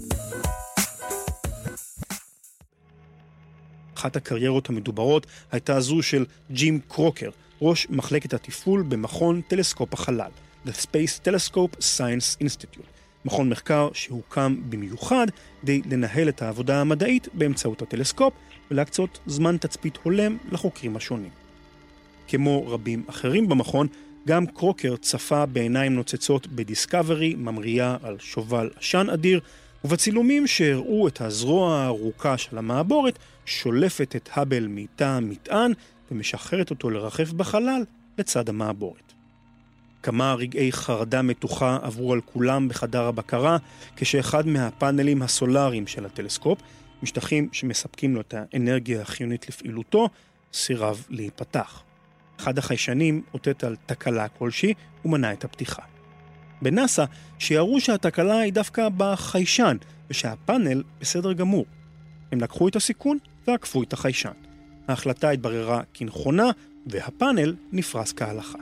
אחת הקריירות המדוברות הייתה זו של ג'ים קרוקר, ראש מחלקת התפעול במכון טלסקופ החלל, The Space Telescope Science Institute, מכון מחקר שהוקם במיוחד כדי לנהל את העבודה המדעית באמצעות הטלסקופ ולהקצות זמן תצפית הולם לחוקרים השונים. כמו רבים אחרים במכון, גם קרוקר צפה בעיניים נוצצות בדיסקאברי ממריאה על שובל עשן אדיר, ובצילומים שהראו את הזרוע הארוכה של המעבורת שולפת את האבל מתא מטען ומשחררת אותו לרחף בחלל לצד המעבורת. כמה רגעי חרדה מתוחה עברו על כולם בחדר הבקרה, כשאחד מהפאנלים הסולריים של הטלסקופ, משטחים שמספקים לו את האנרגיה החיונית לפעילותו, סירב להיפתח. אחד החיישנים אותת על תקלה כלשהי ומנע את הפתיחה. בנאסא שיראו שהתקלה היא דווקא בחיישן ושהפאנל בסדר גמור. הם לקחו את הסיכון ועקפו את החיישן. ההחלטה התבררה כנכונה והפאנל נפרס כהלכה.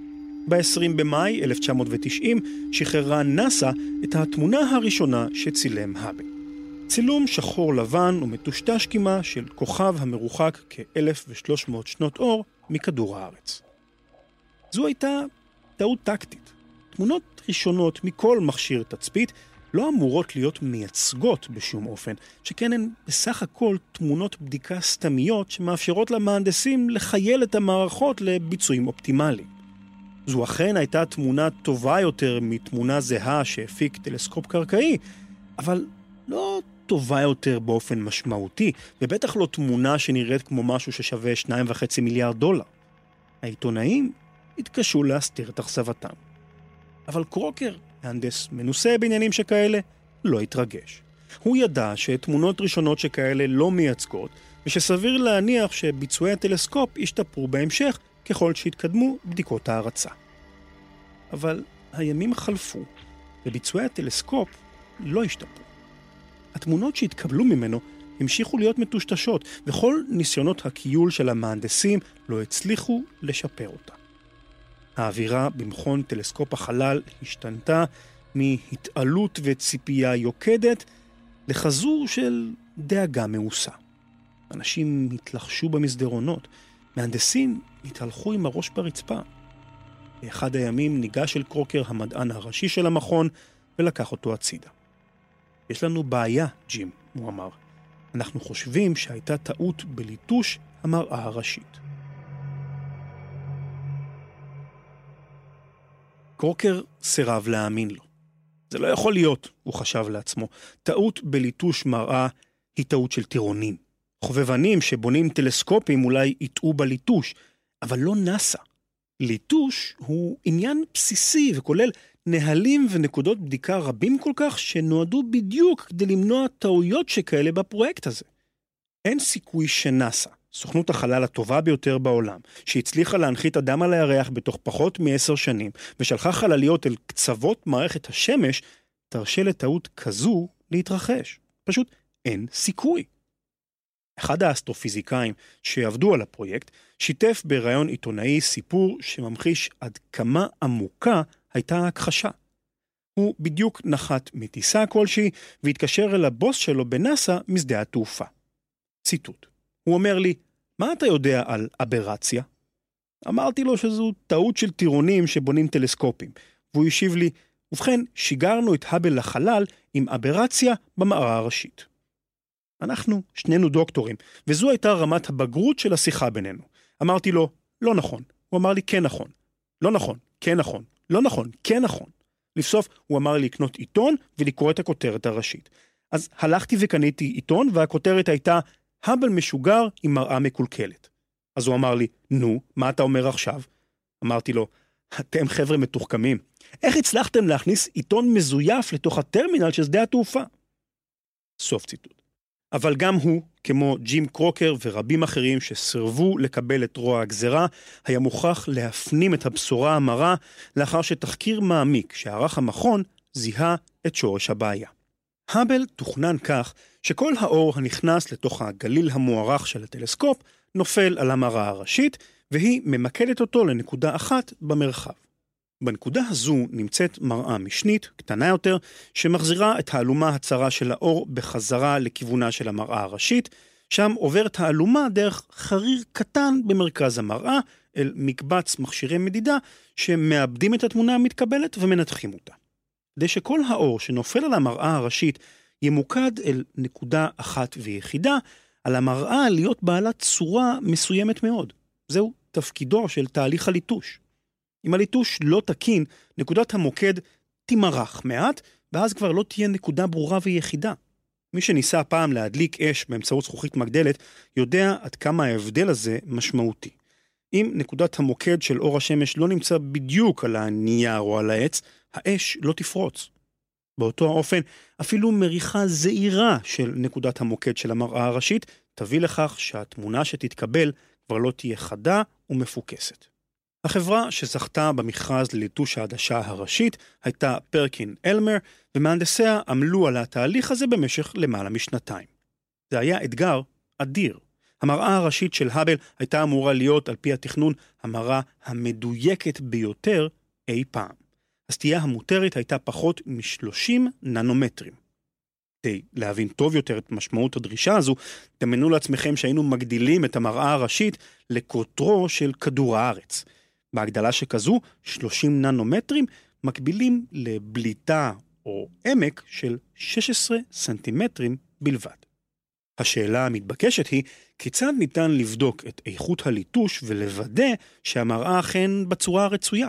ב-20 במאי 1990 שחררה נאסא את התמונה הראשונה שצילם האבל. צילום שחור לבן ומטושטש כמעט של כוכב המרוחק כ-1,300 שנות אור מכדור הארץ. זו הייתה טעות טקטית. תמונות ראשונות מכל מכשיר תצפית לא אמורות להיות מייצגות בשום אופן, שכן הן בסך הכל תמונות בדיקה סתמיות שמאפשרות למהנדסים לחייל את המערכות לביצועים אופטימליים. זו אכן הייתה תמונה טובה יותר מתמונה זהה שהפיק טלסקופ קרקעי, אבל לא טובה יותר באופן משמעותי, ובטח לא תמונה שנראית כמו משהו ששווה $2.5 מיליארד. העיתונאים התקשו להסתיר את אכזבתם. אבל קרוקר, מהנדס מנוסה בעניינים שכאלה, לא התרגש. הוא ידע שתמונות ראשונות שכאלה לא מייצגות, ושסביר להניח שביצועי הטלסקופ ישתפרו בהמשך ככל שהתקדמו בדיקות ההרצה. אבל הימים חלפו, וביצועי הטלסקופ לא השתפרו. התמונות שהתקבלו ממנו המשיכו להיות מטושטשות, וכל ניסיונות הקיול של המהנדסים לא הצליחו לשפר אותה. האווירה במכון טלסקופ החלל השתנתה מהתעלות וציפייה יוקדת לחזור של דאגה מעושה. אנשים התלחשו במסדרונות, מהנדסים התהלכו עם הראש ברצפה. באחד הימים ניגש אל קרוקר המדען הראשי של המכון ולקח אותו הצידה. יש לנו בעיה, ג'ים, הוא אמר. אנחנו חושבים שהייתה טעות בליטוש המראה הראשית. קרוקר סירב להאמין לו. זה לא יכול להיות, הוא חשב לעצמו. טעות בליטוש מראה היא טעות של טירונים. חובבנים שבונים טלסקופים אולי יטעו בליטוש, אבל לא נאסא. ליטוש הוא עניין בסיסי וכולל נהלים ונקודות בדיקה רבים כל כך שנועדו בדיוק כדי למנוע טעויות שכאלה בפרויקט הזה. אין סיכוי שנאסא, סוכנות החלל הטובה ביותר בעולם, שהצליחה להנחית אדם על הירח בתוך פחות מ10 שנים, ושלחה חלליות אל קצוות מערכת השמש, תרשה לטעות כזו להתרחש. פשוט אין סיכוי. אחד האסטרופיזיקאים שעבדו על הפרויקט שיתף ברעיון עיתונאי סיפור שממחיש עד כמה עמוקה הייתה ההכחשה. הוא בדיוק נחת מטיסה כלשהי והתקשר אל הבוס שלו בנאסא משדה התעופה. ציטוט. הוא אומר לי, מה אתה יודע על אברציה? אמרתי לו שזו טעות של טירונים שבונים טלסקופים. והוא השיב לי, ובכן, שיגרנו את האבל לחלל עם אברציה במראה הראשית. אנחנו שנינו דוקטורים, וזו הייתה רמת הבגרות של השיחה בינינו. אמרתי לו, לא נכון. הוא אמר לי, כן נכון. לא נכון, כן נכון. לא נכון, כן נכון. לבסוף, הוא אמר לי לקנות עיתון ולקרוא את הכותרת הראשית. אז הלכתי וקניתי עיתון, והכותרת הייתה, האבל משוגר עם מראה מקולקלת. אז הוא אמר לי, נו, מה אתה אומר עכשיו? אמרתי לו, אתם חבר'ה מתוחכמים. איך הצלחתם להכניס עיתון מזויף לתוך הטרמינל של שדה התעופה? סוף ציטוט. אבל גם הוא, כמו ג'ים קרוקר ורבים אחרים שסרבו לקבל את רוע הגזרה, היה מוכרח להפנים את הבשורה המרה לאחר שתחקיר מעמיק שערך המכון זיהה את שורש הבעיה. האבל תוכנן כך שכל האור הנכנס לתוך הגליל המוארך של הטלסקופ נופל על המראה הראשית, והיא ממקדת אותו לנקודה אחת במרחב. בנקודה הזו נמצאת מראה משנית, קטנה יותר, שמחזירה את האלומה הצרה של האור בחזרה לכיוונה של המראה הראשית, שם עוברת האלומה דרך חריר קטן במרכז המראה, אל מקבץ מכשירי מדידה, שמאבדים את התמונה המתקבלת ומנתחים אותה. כדי שכל האור שנופל על המראה הראשית ימוקד אל נקודה אחת ויחידה, על המראה להיות בעלת צורה מסוימת מאוד. זהו תפקידו של תהליך הליטוש. אם הליטוש לא תקין, נקודת המוקד תימרח מעט, ואז כבר לא תהיה נקודה ברורה ויחידה. מי שניסה פעם להדליק אש באמצעות זכוכית מגדלת, יודע עד כמה ההבדל הזה משמעותי. אם נקודת המוקד של אור השמש לא נמצא בדיוק על הנייר או על העץ, האש לא תפרוץ. באותו האופן, אפילו מריחה זעירה של נקודת המוקד של המראה הראשית, תביא לכך שהתמונה שתתקבל כבר לא תהיה חדה ומפוקסת. החברה שזכתה במכרז לליטוש העדשה הראשית הייתה פרקין אלמר, ומהנדסיה עמלו על התהליך הזה במשך למעלה משנתיים. זה היה אתגר אדיר. המראה הראשית של האבל הייתה אמורה להיות על פי התכנון המראה המדויקת ביותר אי פעם. הסטייה המותרת הייתה פחות מ-30 ננומטרים. כדי להבין טוב יותר את משמעות הדרישה הזו, דמיינו לעצמכם שהיינו מגדילים את המראה הראשית לקוטרו של כדור הארץ. בהגדלה שכזו, 30 ננומטרים מקבילים לבליטה או עמק של 16 סנטימטרים בלבד. השאלה המתבקשת היא, כיצד ניתן לבדוק את איכות הליטוש ולוודא שהמראה אכן בצורה הרצויה?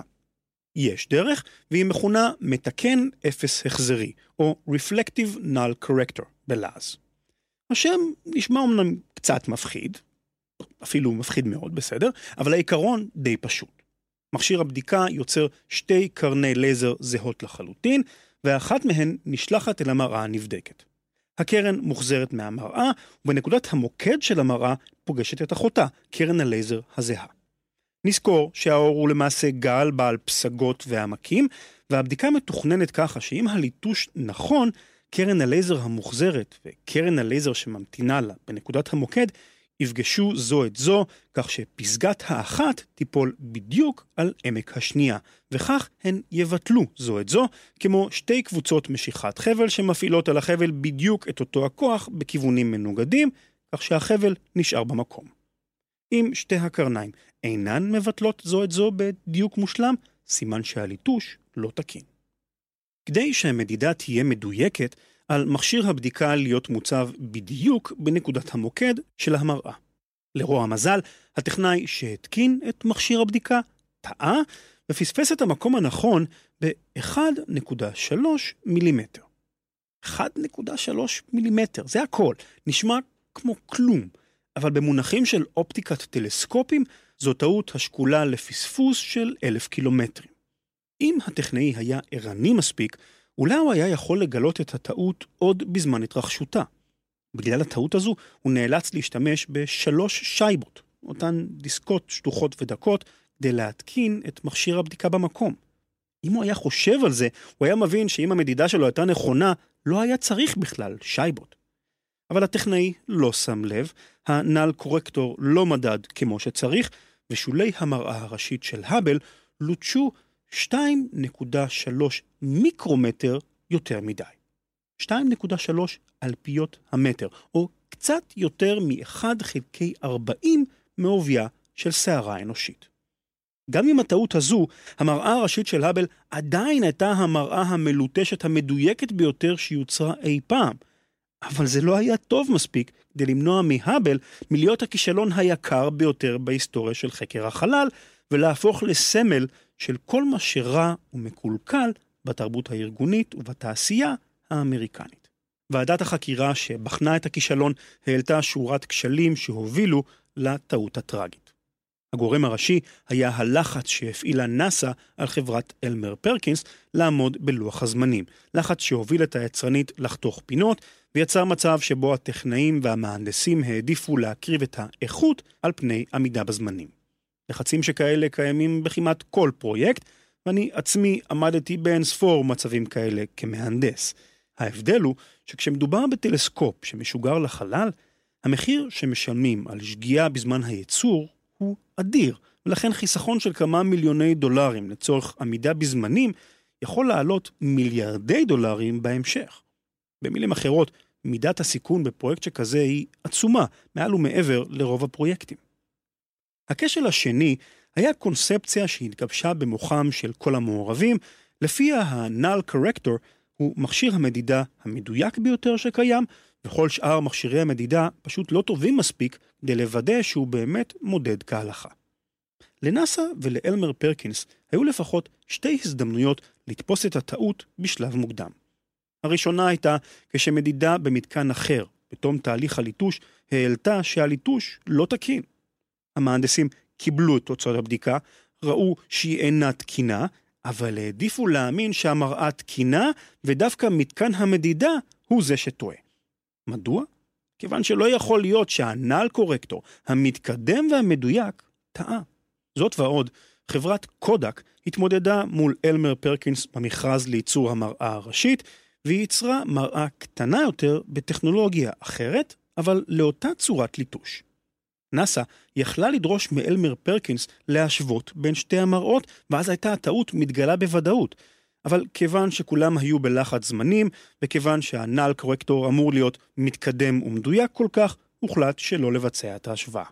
יש דרך, והיא מכונה מתקן אפס החזרי, או Reflective Null Corrector בלעז. השם נשמע אומנם קצת מפחיד, אפילו מפחיד מאוד, בסדר, אבל העיקרון די פשוט. מכשיר הבדיקה יוצר 2 קרני לייזר זהות לחלוטין, ואחת מהן נשלחת אל המראה הנבדקת. הקרן מוחזרת מהמראה, ובנקודת המוקד של המראה פוגשת את אחותה, קרן הלייזר הזהה. נזכור שהאור הוא למעשה גל בעל פסגות ועמקים, והבדיקה מתוכננת ככה שאם הליטוש נכון, קרן הלייזר המוחזרת וקרן הלייזר שממתינה לה בנקודת המוקד, יפגשו זו את זו, כך שפסגת האחת תיפול בדיוק על עמק השנייה, וכך הן יבטלו זו את זו, כמו שתי קבוצות משיכת חבל שמפעילות על החבל בדיוק את אותו הכוח בכיוונים מנוגדים, כך שהחבל נשאר במקום. אם שתי הקרניים אינן מבטלות זו את זו בדיוק מושלם, סימן שהליטוש לא תקין. כדי שהמדידה תהיה מדויקת, על מכשיר הבדיקה להיות מוצב בדיוק בנקודת המוקד של המראה. לרוע המזל, הטכנאי שהתקין את מכשיר הבדיקה טעה ופספס את המקום הנכון ב-1.3 מילימטר. 1.3 מילימטר, זה הכל. נשמע כמו כלום, אבל במונחים של אופטיקת טלסקופים, זו טעות השקולה לפספוס של 1,000 קילומטרים. אם הטכנאי היה ערני מספיק, אולי הוא היה יכול לגלות את הטעות עוד בזמן התרחשותה. בגלל הטעות הזו הוא נאלץ להשתמש ב3 שייבות, אותן דיסקות שטוחות ודקות, כדי להתקין את מכשיר הבדיקה במקום. אם הוא היה חושב על זה, הוא היה מבין שאם המדידה שלו הייתה נכונה, לא היה צריך בכלל שייבות. אבל הטכנאי לא שם לב, הנל קורקטור לא מדד כמו שצריך, ושולי המראה הראשית של האבל לוטשו 2.3 מיקרומטר יותר מדי. 2.3 אלפיות המטר, או קצת יותר מ1/40 מעובייה של שערה אנושית. גם עם הטעות הזו, המראה הראשית של האבל עדיין הייתה המראה המלוטשת המדויקת ביותר שיוצרה אי פעם. אבל זה לא היה טוב מספיק כדי למנוע מהאבל מלהיות הכישלון היקר ביותר בהיסטוריה של חקר החלל, ולהפוך לסמל של כל מה שרע ומקולקל בתרבות הארגונית ובתעשייה האמריקנית. ועדת החקירה שבחנה את הכישלון העלתה שורת כשלים שהובילו לטעות הטרגית. הגורם הראשי היה הלחץ שהפעילה נאסא על חברת אלמר פרקינס לעמוד בלוח הזמנים. לחץ שהוביל את היצרנית לחתוך פינות, ויצר מצב שבו הטכנאים והמהנדסים העדיפו להקריב את האיכות על פני עמידה בזמנים. לחצים שכאלה קיימים בכמעט כל פרויקט, ואני עצמי עמדתי באין ספור מצבים כאלה כמהנדס. ההבדל הוא שכשמדובר בטלסקופ שמשוגר לחלל, המחיר שמשלמים על שגיאה בזמן הייצור הוא אדיר, ולכן חיסכון של כמה מיליוני דולרים לצורך עמידה בזמנים יכול לעלות מיליארדי דולרים בהמשך. במילים אחרות, מידת הסיכון בפרויקט שכזה היא עצומה, מעל ומעבר לרוב הפרויקטים. הכשל השני היה קונספציה שהתגבשה במוחם של כל המעורבים, לפיה ה-Null Corrector הוא מכשיר המדידה המדויק ביותר שקיים, וכל שאר מכשירי המדידה פשוט לא טובים מספיק כדי לוודא שהוא באמת מודד כהלכה. לנאסא ולאלמר פרקינס היו לפחות שתי הזדמנויות לתפוס את הטעות בשלב מוקדם. הראשונה הייתה כשמדידה במתקן אחר, בתום תהליך הליטוש, העלתה שהליטוש לא תקין. המהנדסים קיבלו את תוצאות הבדיקה, ראו שהיא אינה תקינה, אבל העדיפו להאמין שהמראה תקינה, ודווקא מתקן המדידה הוא זה שטועה. מדוע? כיוון שלא יכול להיות שהנל קורקטור, המתקדם והמדויק, טעה. זאת ועוד, חברת קודק התמודדה מול אלמר פרקינס במכרז לייצור המראה הראשית, והיא יצרה מראה קטנה יותר בטכנולוגיה אחרת, אבל לאותה צורת ליטוש. נאסא יכלה לדרוש מאלמר פרקינס להשוות בין שתי המראות, ואז הייתה הטעות מתגלה בוודאות. אבל כיוון שכולם היו בלחץ זמנים, וכיוון שהנל קורקטור אמור להיות מתקדם ומדויק כל כך, הוחלט שלא לבצע את ההשוואה.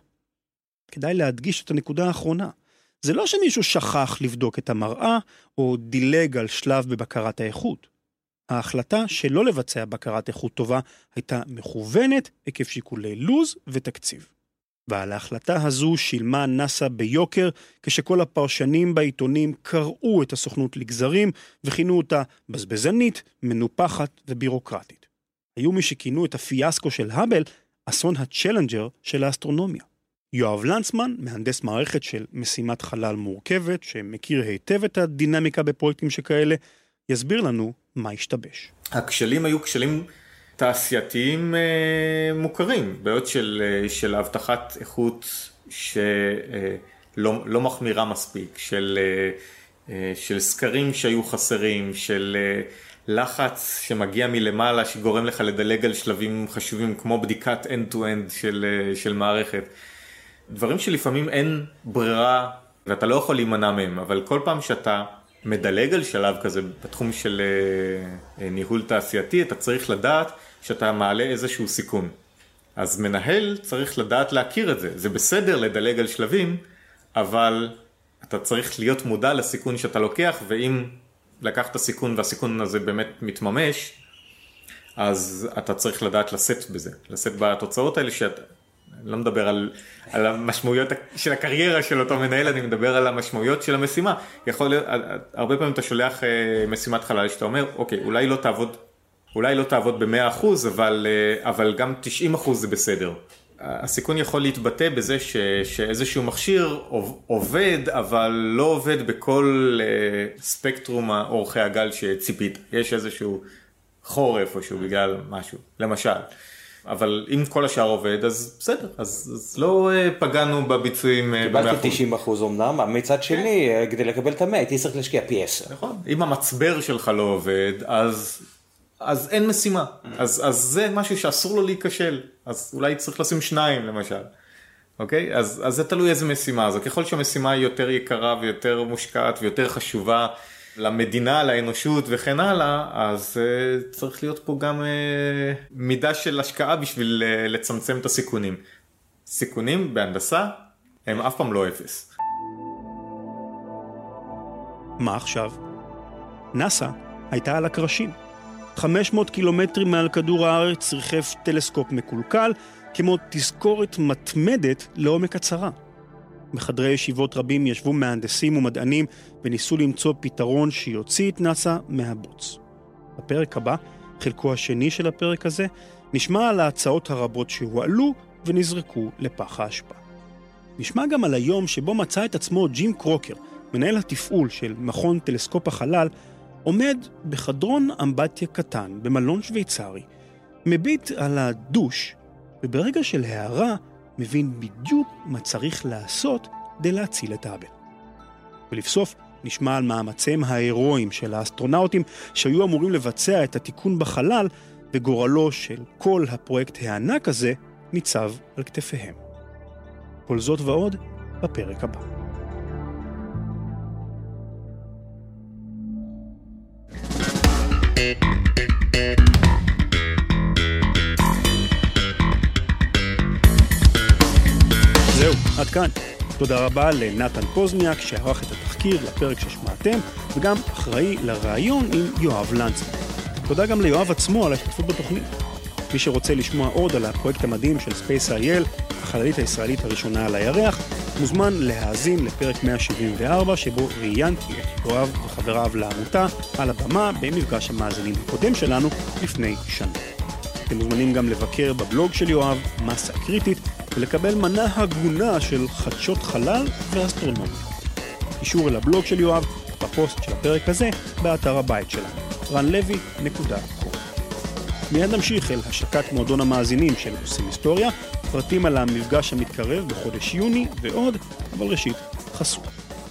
כדאי להדגיש את הנקודה האחרונה. זה לא שמישהו שכח לבדוק את המראה, או דילג על שלב בבקרת האיכות. ההחלטה שלא לבצע בקרת איכות טובה הייתה מכוונת עקב שיקולי לוז ותקציב. ועל ההחלטה הזו שילמה נאסא ביוקר, כשכל הפרשנים בעיתונים קראו את הסוכנות לגזרים, וכינו אותה בזבזנית, מנופחת ובירוקרטית. היו מי שכינו את הפיאסקו של האבל, אסון הצ'לנג'ר של האסטרונומיה. יואב לנצמן, מהנדס מערכת של משימת חלל מורכבת, שמכיר היטב את הדינמיקה בפרויקטים שכאלה, יסביר לנו מה השתבש. הכשלים היו כשלים תעשייתיים מוכרים, בעיות של הבטחת איכות שלא מחמירה מספיק, של סקרים שהיו חסרים, של לחץ שמגיע מלמעלה שגורם לך לדלג על שלבים חשובים כמו בדיקת end-to-end של מערכת. דברים שלפעמים אין ברירה ואתה לא יכול להימנע מהם, אבל כל פעם שאתה מדלג על שלב כזה בתחום של ניהול תעשייתי, אתה צריך לדעת שאתה מעלה איזשהו סיכון. אז מנהל צריך לדעת להכיר את זה. זה בסדר לדלג על שלבים, אבל אתה צריך להיות מודע לסיכון שאתה לוקח, ואם לקחת סיכון והסיכון הזה באמת מתממש, אז אתה צריך לדעת לשאת בזה. לשאת בתוצאות האלה שאתה... אני לא מדבר על המשמעויות של הקריירה של אותו מנהל, אני מדבר על המשמעויות של המשימה. יכול להיות, הרבה פעמים אתה שולח משימת חלל שאתה אומר, אוקיי, אולי לא תעבוד ב-100%, אבל גם 90% זה בסדר. הסיכון יכול להתבטא בזה שאיזשהו מכשיר עובד, אבל לא עובד בכל ספקטרום אורכי הגל שציפית. יש איזשהו חורף או שהוא בגלל משהו, למשל. אבל אם כל השאר עובד, אז בסדר, אז לא פגענו בביצועים ב-100%. קיבלתי 90% אומנם, מצד שני, כדי לקבל את 100, הייתי צריך להשקיע פי 10. נכון, אם המצבר שלך לא עובד, אז אין משימה. אז זה משהו שאסור לו להיכשל. אז אולי צריך לשים 2 למשל. אוקיי? אז זה תלוי איזה משימה. אז ככל שהמשימה היא יותר יקרה ויותר מושקעת ויותר חשובה למדינה, לאנושות וכן הלאה, אז צריך להיות פה גם מידה של השקעה בשביל לצמצם את הסיכונים. סיכונים בהנדסה הם אף פעם לא 0. מה עכשיו? נאסא הייתה על הקרשים. 500 קילומטרים מעל כדור הארץ ריחף טלסקופ מקולקל, כמו תזכורת מתמדת לעומק הצרה. בחדרי ישיבות רבים ישבו מהנדסים ומדענים וניסו למצוא פתרון שיוציא את נאסא מהבוץ. בפרק הבא, חלקו השני של הפרק הזה, נשמע על ההצעות הרבות שהועלו ונזרקו לפח האשפה. נשמע גם על היום שבו מצא את עצמו ג'ים קרוקר, מנהל התפעול של מכון טלסקופ החלל, עומד בחדרון אמבטיה קטן במלון שוויצרי, מביט על הדוש, וברגע של הערה מבין בדיוק מה צריך לעשות כדי להציל את האבל. ולבסוף נשמע על מאמציהם ההירואיים של האסטרונאוטים שהיו אמורים לבצע את התיקון בחלל, וגורלו של כל הפרויקט הענק הזה ניצב על כתפיהם. כל זאת ועוד בפרק הבא. זהו, עד כאן. תודה רבה לנתן פוזניאק שערך את התחקיר לפרק ששמעתם, וגם אחראי לרעיון עם יואב לנצמן. תודה גם ליואב עצמו על ההשתתפות בתוכנית. מי שרוצה לשמוע עוד על הפרויקט המדהים של Space.il, החללית הישראלית הראשונה על הירח, מוזמן להאזין לפרק 174, שבו ראיינתי את יואב וחבריו לעמותה על הבמה במפגש המאזינים הקודם שלנו לפני שנה. אתם מוזמנים גם לבקר בבלוג של יואב, מסה קריטית, ולקבל מנה הגונה של חדשות חלל ואסטרונומיה. קישור אל הבלוג של יואב בפוסט של הפרק הזה באתר הבית שלנו, ranlevi.com. מיד נמשיך אל השקת מועדון המאזינים של עושים היסטוריה, פרטים על המפגש המתקרב בחודש יוני ועוד, אבל ראשית חסות.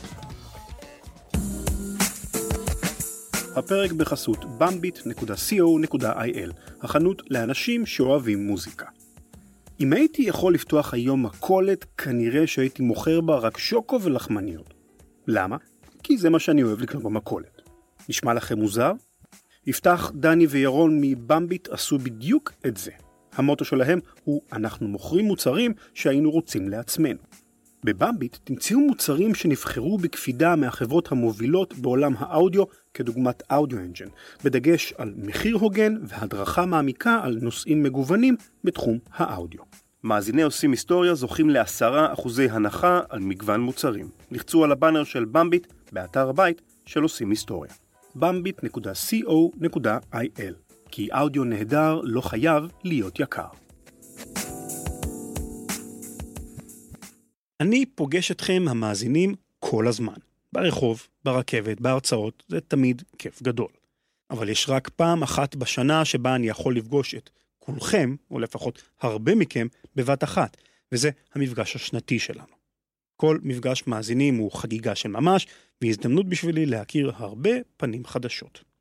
הפרק בחסות bambit.co.il, החנות לאנשים שאוהבים מוזיקה. אם הייתי יכול לפתוח היום מכולת, כנראה שהייתי מוכר בה רק שוקו ולחמניות. למה? כי זה מה שאני אוהב לקנות במכולת. נשמע לכם מוזר? יפתח, דני וירון מבמביט עשו בדיוק את זה. המוטו שלהם הוא אנחנו מוכרים מוצרים שהיינו רוצים לעצמנו. בבמביט תמצאו מוצרים שנבחרו בקפידה מהחברות המובילות בעולם האודיו, כדוגמת אודיו אנג'ן, בדגש על מחיר הוגן והדרכה מעמיקה על נושאים מגוונים בתחום האודיו. מאזיני עושים היסטוריה זוכים ל10% הנחה על מגוון מוצרים. לחצו על הבאנר של במביט באתר הבית של עושים היסטוריה. bambit.co.il, כי אודיו נהדר לא חייב להיות יקר. אני פוגש אתכם המאזינים כל הזמן. ברחוב, ברכבת, בהרצאות, זה תמיד כיף גדול. אבל יש רק פעם אחת בשנה שבה אני יכול לפגוש את כולכם, או לפחות הרבה מכם, בבת אחת, וזה המפגש השנתי שלנו. כל מפגש מאזינים הוא חגיגה של ממש, והזדמנות בשבילי להכיר הרבה פנים חדשות.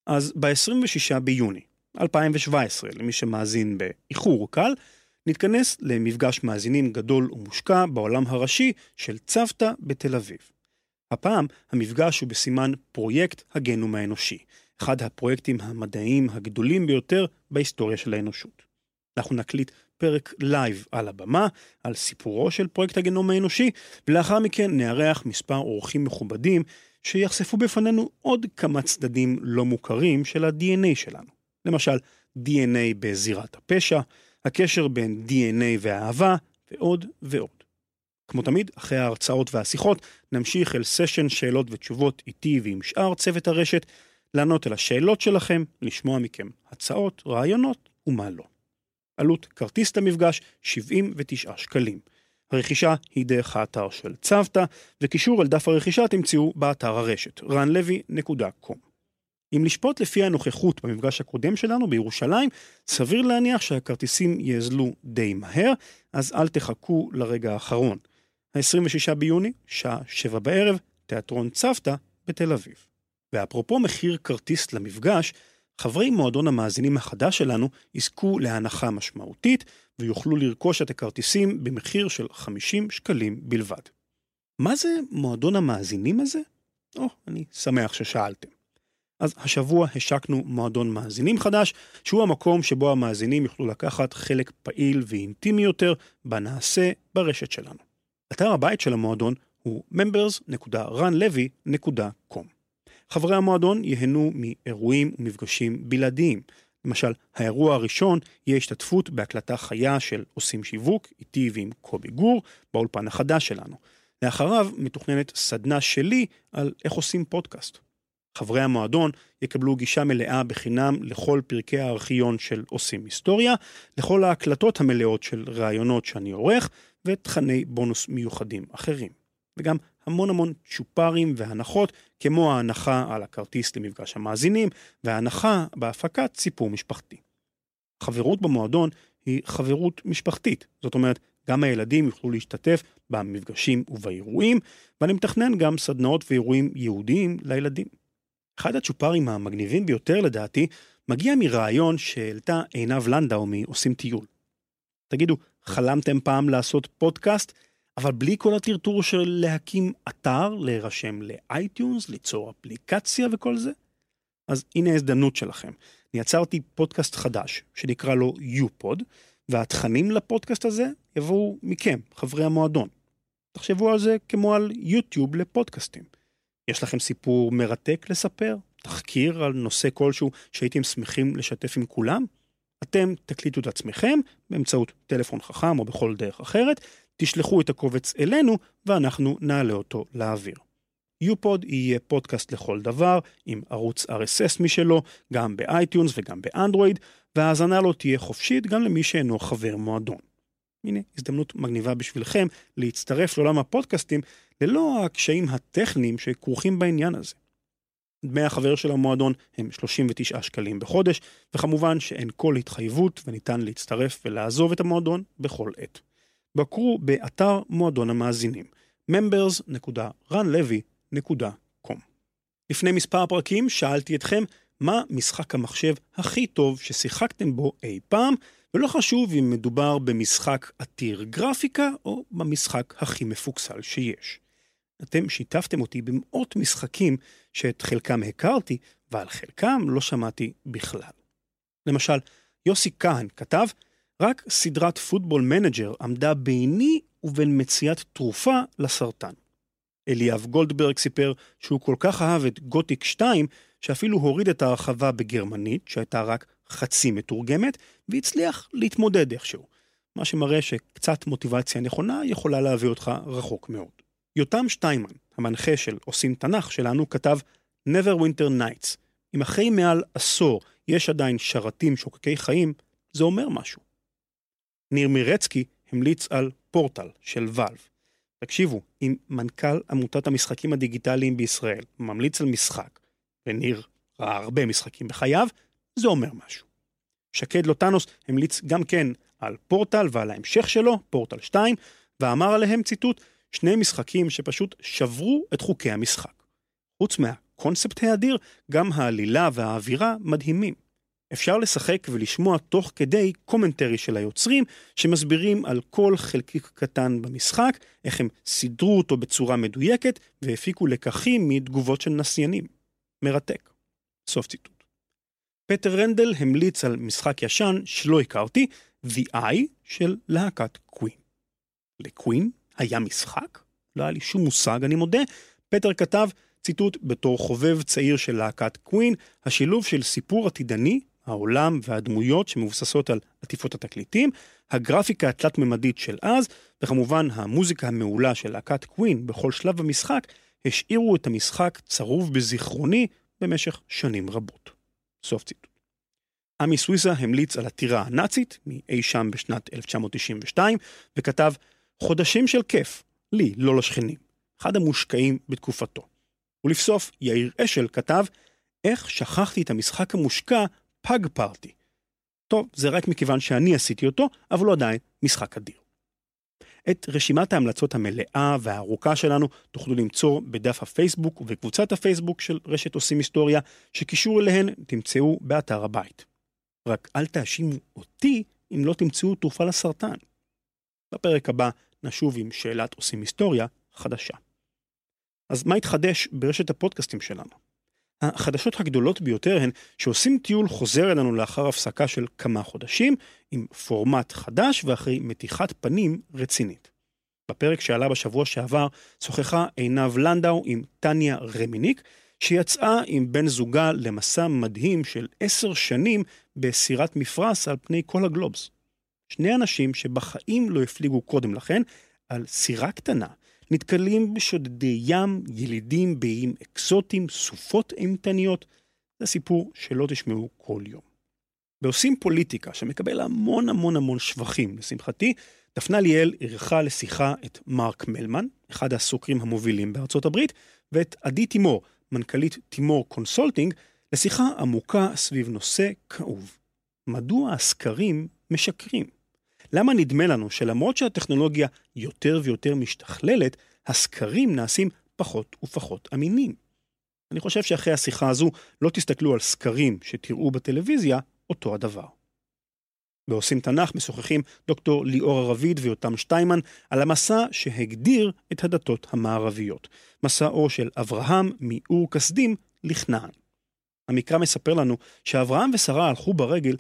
אז ב-26 ביוני 2017, למי שמאזין באיחור קל, נתכנס למפגש מאזינים גדול ומושקע בעולם הראשי של צוותא בתל אביב. הפעם המפגש הוא בסימן פרויקט הגנום האנושי, אחד הפרויקטים המדעיים הגדולים ביותר בהיסטוריה של האנושות. אנחנו נקליט פרק לייב על הבמה, על סיפורו של פרויקט הגנום האנושי, ולאחר מכן נארח מספר אורחים מכובדים שיחשפו בפנינו עוד כמה צדדים לא מוכרים של ה-DNA שלנו. למשל, DNA בזירת הפשע, הקשר בין DNA והאהבה, ועוד ועוד. כמו תמיד, אחרי ההרצאות והשיחות, נמשיך אל סשן שאלות ותשובות איתי ועם שאר צוות הרשת, לענות על השאלות שלכם, לשמוע מכם הצעות, רעיונות ומה לא. עלות כרטיס למפגש 79 שקלים. הרכישה היא דרך האתר של צוותא, וקישור אל דף הרכישה תמצאו באתר הרשת, ranlevy.com. אם לשפוט לפי הנוכחות במפגש הקודם שלנו בירושלים, סביר להניח שהכרטיסים יעזלו די מהר, אז אל תחכו לרגע האחרון. ה-26 ביוני, שעה 7 בערב, תיאטרון צוותא בתל אביב. ואפרופו מחיר כרטיס למפגש, חברי מועדון המאזינים החדש שלנו יזכו להנחה משמעותית, ויוכלו לרכוש את הכרטיסים במחיר של 50 שקלים בלבד. מה זה מועדון המאזינים הזה? אני שמח ששאלתם. אז השבוע השקנו מועדון מאזינים חדש, שהוא המקום שבו המאזינים יוכלו לקחת חלק פעיל ואינטימי יותר בנעשה ברשת שלנו. אתר הבית של המועדון הוא members.ranlevy.com. חברי המועדון יהנו מאירועים ומפגשים בלעדיים. למשל, האירוע הראשון יהיה השתתפות בהקלטה חיה של עושים שיווק, איתי ועם קובי גור, באולפן החדש שלנו. לאחריו מתוכננת סדנה שלי על איך עושים פודקאסט. חברי המועדון יקבלו גישה מלאה בחינם לכל פרקי הארכיון של עושים היסטוריה, לכל ההקלטות המלאות של רעיונות שאני עורך, ותכני בונוס מיוחדים אחרים. וגם המון צ'ופרים והנחות, כמו ההנחה על הכרטיס למפגש המאזינים, וההנחה בהפקת סיפור משפחתי. חברות במועדון היא חברות משפחתית, זאת אומרת, גם הילדים יוכלו להשתתף במפגשים ובאירועים, ואני מתכנן גם סדנאות ואירועים יהודיים לילדים. אחד הצ'ופרים המגניבים ביותר לדעתי, מגיע מרעיון שהעלתה עינב לנדאו מעושים טיול. תגידו, חלמתם פעם לעשות פודקאסט, אבל בלי כל הטרטור של להקים אתר, להירשם לאייטיונס, ליצור אפליקציה וכל זה? אז הנה ההזדמנות שלכם. אני יצרתי פודקאסט חדש, שנקרא לו YouPod, והתכנים לפודקאסט הזה יבואו מכם, חברי המועדון. תחשבו על זה כמו על יוטיוב לפודקאסטים. יש לכם סיפור מרתק לספר? תחקיר על נושא כלשהו שהייתם שמחים לשתף עם כולם? אתם תקליטו את עצמכם באמצעות טלפון חכם או בכל דרך אחרת, תשלחו את הקובץ אלינו ואנחנו נעלה אותו לאוויר. YouPod יהיה פודקאסט לכל דבר, עם ערוץ RSS משלו, גם באייטיונס וגם באנדרואיד, וההאזנה לו תהיה חופשית גם למי שאינו חבר מועדון. הנה, הזדמנות מגניבה בשבילכם להצטרף לעולם הפודקאסטים, ללא הקשיים הטכניים שכרוכים בעניין הזה. דמי החבר של המועדון הם 39 שקלים בחודש, וכמובן שאין כל התחייבות וניתן להצטרף ולעזוב את המועדון בכל עת. בקרו באתר מועדון המאזינים, members.ranlevy.com. לפני מספר פרקים שאלתי אתכם מה משחק המחשב הכי טוב ששיחקתם בו אי פעם, ולא חשוב אם מדובר במשחק עתיר גרפיקה או במשחק הכי מפוקסל שיש. אתם שיתפתם אותי במאות משחקים שאת חלקם הכרתי, ועל חלקם לא שמעתי בכלל. למשל, יוסי כהן כתב, רק סדרת פוטבול מנג'ר עמדה ביני ובין מציאת תרופה לסרטן. אליאב גולדברג סיפר שהוא כל כך אהב את גותיק 2, שאפילו הוריד את הרחבה בגרמנית, שהייתה רק חצי מתורגמת, והצליח להתמודד איכשהו. מה שמראה שקצת מוטיבציה נכונה יכולה להביא אותך רחוק מאוד. יותם שטיימן, המנחה של עושים תנ"ך שלנו, כתב Neverwinter Nights. אם אחרי מעל עשור יש עדיין שרתים שוקקי חיים, זה אומר משהו. ניר מירצקי המליץ על פורטל של ואלב. תקשיבו, אם מנכ"ל עמותת המשחקים הדיגיטליים בישראל ממליץ על משחק, וניר ראה הרבה משחקים בחייו, זה אומר משהו. שקד לוטנוס המליץ גם כן על פורטל ועל ההמשך שלו, פורטל 2, ואמר עליהם ציטוט, 2 משחקים שפשוט שברו את חוקי המשחק. חוץ הקונספט האדיר, גם העלילה והאווירה מדהימים. אפשר לשחק ולשמוע תוך כדי קומנטרי של היוצרים, שמסבירים על כל חלקיק קטן במשחק, איך הם סידרו אותו בצורה מדויקת, והפיקו לקחים מתגובות של נסיינים. מרתק. סוף ציטוט. פטר רנדל המליץ על משחק ישן שלא הכרתי, The Eye של להקת קווין. לקווין היה משחק? לא היה לי שום מושג, אני מודה. פטר כתב, ציטוט, בתור חובב צעיר של להקת קווין, השילוב של סיפור עתידני, העולם והדמויות שמבוססות על עטיפות התקליטים, הגרפיקה התלת-ממדית של אז, וכמובן המוזיקה המעולה של להקת קווין בכל שלב במשחק, השאירו את המשחק צרוב בזיכרוני במשך שנים רבות. סוף ציטוט. עמי סוויסה המליץ על הטירה הנאצית, מאי שם בשנת 1992, וכתב, חודשים של כיף, לי, לא לשכנים, אחד המושקעים בתקופתו. ולבסוף, יאיר אשל כתב, איך שכחתי את המשחק המושקע, פאג פארטי. טוב, זה רק מכיוון שאני עשיתי אותו, אבל לא עדיין משחק אדיר. את רשימת ההמלצות המלאה והארוכה שלנו תוכלו למצוא בדף הפייסבוק ובקבוצת הפייסבוק של רשת עושים היסטוריה, שקישור אליהן תמצאו באתר הבית. רק אל תאשימו אותי אם לא תמצאו תרופה לסרטן. בפרק הבא נשוב עם שאלת עושים היסטוריה חדשה. אז מה התחדש ברשת הפודקאסטים שלנו? החדשות הגדולות ביותר הן שעושים טיול חוזר אלינו לאחר הפסקה של כמה חודשים, עם פורמט חדש ואחרי מתיחת פנים רצינית. בפרק שעלה בשבוע שעבר שוחחה עינב לנדאו עם טניה רמיניק, שיצאה עם בן זוגה למסע מדהים של 10 שנים בסירת מפרס על פני כל הגלובס. שני אנשים שבחיים לא הפליגו קודם לכן על סירה קטנה, נתקלים בשודדי ים, ילידים באיים אקסוטיים, סופות אימתניות. זה סיפור שלא תשמעו כל יום. בעושים פוליטיקה, שמקבל המון שבחים, לשמחתי, דפנה ליאל ערכה לשיחה את מרק מלמן, אחד הסוקרים המובילים בארצות הברית, ואת עדי תימור, מנכ"לית תימור קונסולטינג, לשיחה עמוקה סביב נושא כאוב. מדוע הסקרים משקרים? למה נדמה לנו שלמרות שהטכנולוגיה יותר ויותר משתכללת, הסקרים נעשים פחות ופחות אמינים? אני חושב שאחרי השיחה הזו לא תסתכלו על סקרים שתראו בטלוויזיה אותו הדבר. בעושים תנ"ך משוחחים דוקטור ליאור רביד ויותם שטיימן על המסע שהגדיר את הדתות המערביות. מסעו של אברהם מאור כסדים לכנען. המקרא מספר לנו שאברהם ושרה הלכו ברגל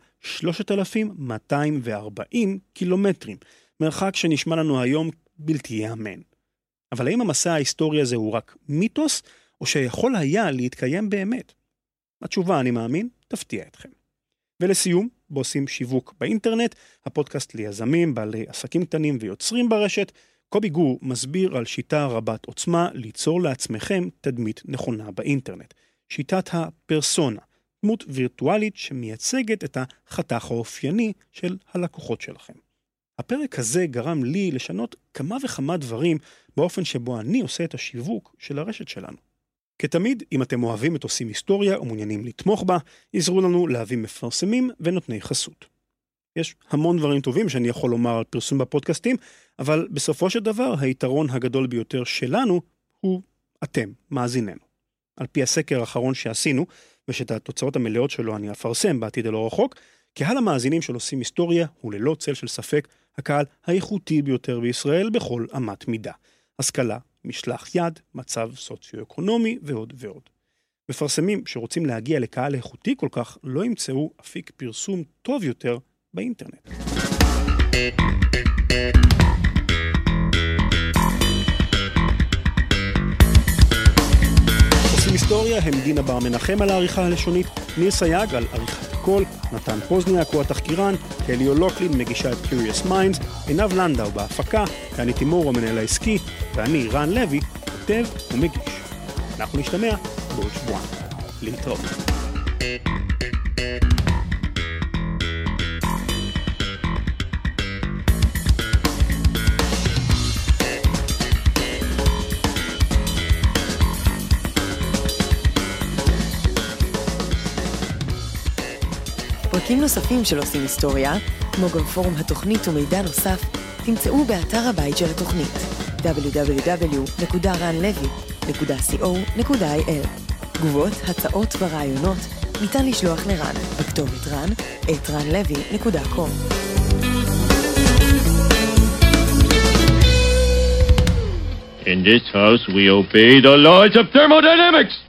3,240 קילומטרים, מרחק שנשמע לנו היום בלתי יאמן. אבל האם המסע ההיסטורי הזה הוא רק מיתוס, או שיכול היה להתקיים באמת? התשובה, אני מאמין, תפתיע אתכם. ולסיום, בעושים שיווק באינטרנט, הפודקאסט ליזמים, בעלי עסקים קטנים ויוצרים ברשת, קובי גור מסביר על שיטה רבת עוצמה ליצור לעצמכם תדמית נכונה באינטרנט. שיטת הפרסונה, דמות וירטואלית שמייצגת את החתך האופייני של הלקוחות שלכם. הפרק הזה גרם לי לשנות כמה וכמה דברים באופן שבו אני עושה את השיווק של הרשת שלנו. כתמיד, אם אתם אוהבים את עושים היסטוריה ומעוניינים לתמוך בה, עזרו לנו להביא מפרסמים ונותני חסות. יש המון דברים טובים שאני יכול לומר על פרסום בפודקאסטים, אבל בסופו של דבר היתרון הגדול ביותר שלנו הוא אתם, מאזיננו. על פי הסקר האחרון שעשינו, ושאת התוצאות המלאות שלו אני אפרסם בעתיד הלא רחוק, קהל המאזינים של עושים היסטוריה הוא ללא צל של ספק הקהל האיכותי ביותר בישראל בכל אמת מידה. השכלה, משלח יד, מצב סוציו-אקונומי ועוד ועוד. מפרסמים שרוצים להגיע לקהל איכותי כל כך לא ימצאו אפיק פרסום טוב יותר באינטרנט. עושים היסטוריה הם דינה בר מנחם על העריכה הלשונית, ניר סייג על עריכת קול, נתן פוזניאק הוא התחקירן, קליו לוקלין מגישה את Curious Minds, עינב לנדאו בהפקה, ואני תימור המנהל העסקי, ואני רן לוי, כותב ומגיש. אנחנו נשתמע בעוד שבועיים. להתראות. פרקים נוספים של עושים היסטוריה, כמו גם פורום התוכנית ומידע נוסף, תמצאו באתר הבית של התוכנית www.ranlevy.co.il. תגובות, הצעות ורעיונות ניתן לשלוח לרן בכתובת ran@ranlevy.com. In this house we obey the laws of thermodynamics.